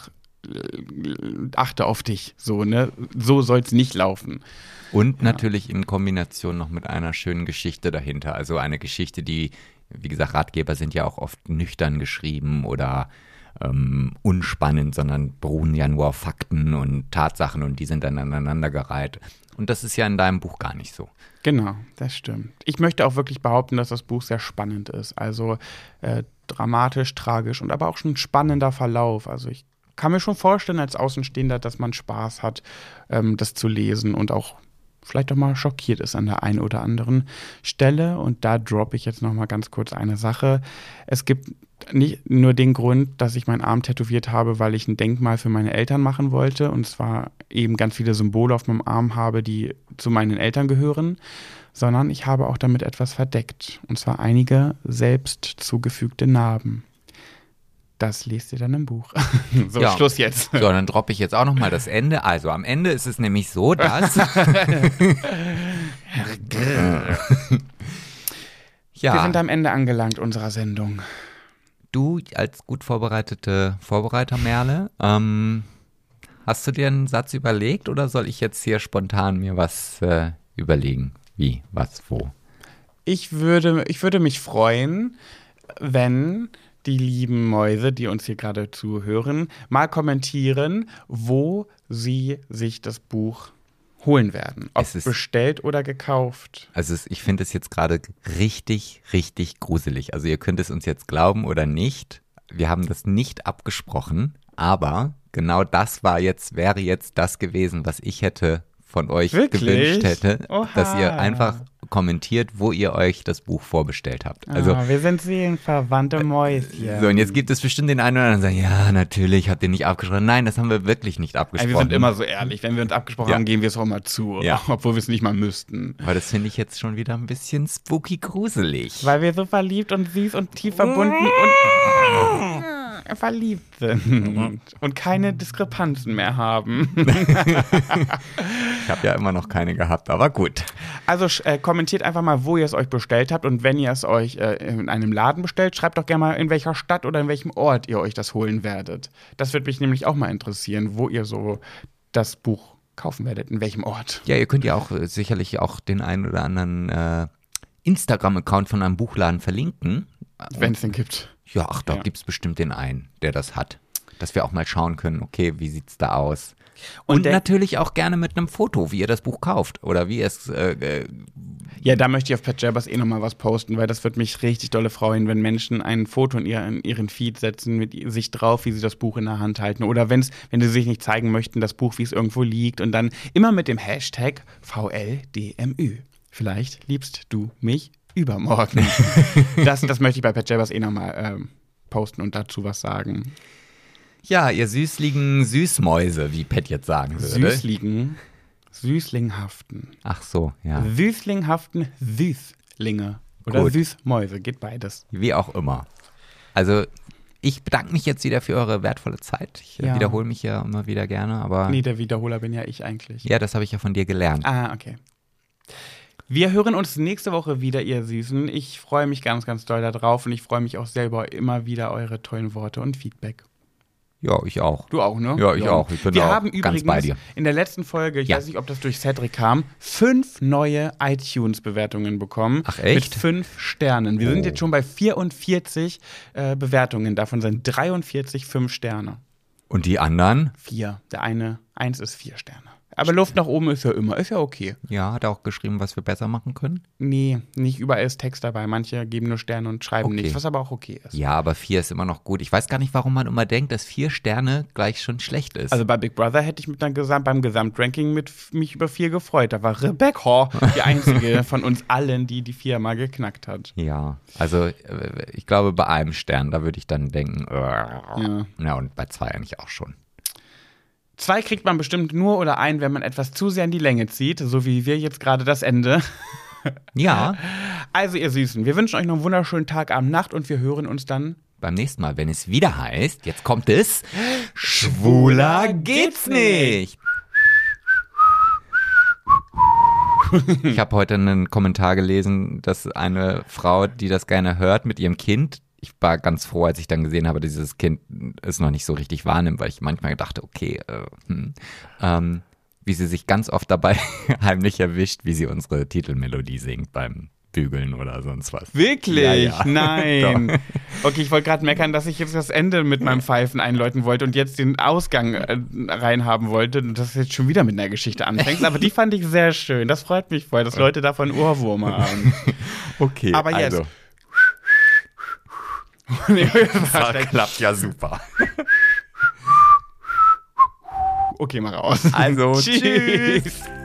achte auf dich. So, ne? So soll es nicht laufen. Und natürlich in Kombination noch mit einer schönen Geschichte dahinter. Also eine Geschichte, die, wie gesagt, Ratgeber sind ja auch oft nüchtern geschrieben oder unspannend, sondern beruhen ja nur auf Fakten und Tatsachen und die sind dann aneinandergereiht. Und das ist ja in deinem Buch gar nicht so. Genau, das stimmt. Ich möchte auch wirklich behaupten, dass das Buch sehr spannend ist. Also dramatisch, tragisch und aber auch schon ein spannender Verlauf. Also ich kann mir schon vorstellen als Außenstehender, dass man Spaß hat, das zu lesen und auch vielleicht auch mal schockiert ist an der einen oder anderen Stelle. Und da droppe ich jetzt noch mal ganz kurz eine Sache. Es gibt nicht nur den Grund, dass ich meinen Arm tätowiert habe, weil ich ein Denkmal für meine Eltern machen wollte und zwar eben ganz viele Symbole auf meinem Arm habe, die zu meinen Eltern gehören, sondern ich habe auch damit etwas verdeckt und zwar einige selbst zugefügte Narben. Das lest ihr dann im Buch. So, ja. Schluss jetzt. So, dann droppe ich jetzt auch noch mal das Ende. Also am Ende ist es nämlich so, dass ja. Wir sind am Ende angelangt unserer Sendung. Du als gut vorbereitete Vorbereiter-Merle, hast du dir einen Satz überlegt oder soll ich jetzt hier spontan mir was überlegen? Wie, was, wo? Ich würde mich freuen, wenn die lieben Mäuse, die uns hier gerade zuhören, mal kommentieren, wo sie sich das Buch holen werden. Ob bestellt oder gekauft. Also ich finde es jetzt gerade richtig, richtig gruselig. Also ihr könnt es uns jetzt glauben oder nicht. Wir haben das nicht abgesprochen, aber genau das wäre jetzt das gewesen, was ich hätte von euch gewünscht hätte, dass ihr einfach kommentiert, wo ihr euch das Buch vorbestellt habt. Also, wir sind seelenverwandte Mäuschen. So, und jetzt gibt es bestimmt den einen oder anderen, der sagt, ja, natürlich, habt ihr nicht abgesprochen. Nein, das haben wir wirklich nicht abgesprochen. Wir sind immer so ehrlich. Wenn wir uns abgesprochen haben, geben wir es auch mal zu. Ja. Obwohl wir es nicht mal müssten. Aber das finde ich jetzt schon wieder ein bisschen spooky gruselig. Weil wir so verliebt und süß und tief verbunden und verliebt sind und keine Diskrepanzen mehr haben. Ich habe ja immer noch keine gehabt, aber gut. Also kommentiert einfach mal, wo ihr es euch bestellt habt und wenn ihr es euch in einem Laden bestellt, schreibt doch gerne mal, in welcher Stadt oder in welchem Ort ihr euch das holen werdet. Das würde mich nämlich auch mal interessieren, wo ihr so das Buch kaufen werdet, in welchem Ort. Ja, ihr könnt ja auch sicherlich auch den einen oder anderen Instagram-Account von einem Buchladen verlinken. Wenn es den gibt. Ja, da gibt es bestimmt den einen, der das hat. Dass wir auch mal schauen können, okay, wie sieht's da aus? Und natürlich auch gerne mit einem Foto, wie ihr das Buch kauft oder wie ihr es Ja, da möchte ich auf Patjabas nochmal was posten, weil das würde mich richtig dolle freuen, wenn Menschen ein Foto in ihren Feed setzen mit sich drauf, wie sie das Buch in der Hand halten. Oder wenn sie sich nicht zeigen möchten, das Buch, wie es irgendwo liegt und dann immer mit dem Hashtag VLDMÜ. Vielleicht liebst du mich übermorgen. Das möchte ich bei Patjabas nochmal posten und dazu was sagen. Ja, ihr süßligen Süßmäuse, wie Pat jetzt sagen würde. Süßlinghaften. Ach so, ja. Süßlinghaften Süßlinge. Oder gut. Süßmäuse, geht beides. Wie auch immer. Also, ich bedanke mich jetzt wieder für eure wertvolle Zeit. Ich wiederhole mich ja immer wieder gerne, aber... Nee, der Wiederholer bin ja ich eigentlich. Ja, das habe ich ja von dir gelernt. Ah, okay. Wir hören uns nächste Woche wieder, ihr Süßen. Ich freue mich ganz, ganz doll darauf und ich freue mich auch selber immer wieder eure tollen Worte und Feedback. Ja, ich auch. Du auch, ne? Ja, ich auch. Ich bin Wir auch haben ganz übrigens bei dir. In der letzten Folge, ich weiß nicht, ob das durch Cedric kam, 5 neue iTunes-Bewertungen bekommen. Ach echt? Mit 5 Sternen. Wir sind jetzt schon bei 44 Bewertungen. Davon sind 43 5 Sterne. Und die anderen? 4. Eins ist 4 Sterne. Aber Luft nach oben ist ja immer, ist ja okay. Ja, hat er auch geschrieben, was wir besser machen können? Nee, nicht überall ist Text dabei. Manche geben nur Sterne und schreiben nichts, was aber auch okay ist. Ja, aber 4 ist immer noch gut. Ich weiß gar nicht, warum man immer denkt, dass 4 Sterne gleich schon schlecht ist. Also bei Big Brother hätte ich beim Gesamtranking mich über 4 gefreut. Da war Rebecca die einzige von uns allen, die 4 mal geknackt hat. Ja, also ich glaube bei einem Stern, da würde ich dann denken, ja, und bei 2 eigentlich auch schon. 2 kriegt man bestimmt nur oder ein, wenn man etwas zu sehr in die Länge zieht, so wie wir jetzt gerade das Ende. Ja. Also ihr Süßen, wir wünschen euch noch einen wunderschönen Tag, Abend, Nacht und wir hören uns dann beim nächsten Mal, wenn es wieder heißt, jetzt kommt es, schwuler geht's nicht. Ich habe heute einen Kommentar gelesen, dass eine Frau, die das gerne hört, mit ihrem Kind ich war ganz froh, als ich dann gesehen habe, dass dieses Kind es noch nicht so richtig wahrnimmt, weil ich manchmal dachte, okay, wie sie sich ganz oft dabei heimlich erwischt, wie sie unsere Titelmelodie singt beim Bügeln oder sonst was. Wirklich? Ja. Nein. Okay, ich wollte gerade meckern, dass ich jetzt das Ende mit meinem Pfeifen einläuten wollte und jetzt den Ausgang reinhaben wollte und das jetzt schon wieder mit einer Geschichte anfängst. Aber die fand ich sehr schön. Das freut mich voll, dass Leute davon Ohrwurm haben. Okay, aber jetzt. also. Das klappt ja super. Okay, mach aus. Also, tschüss.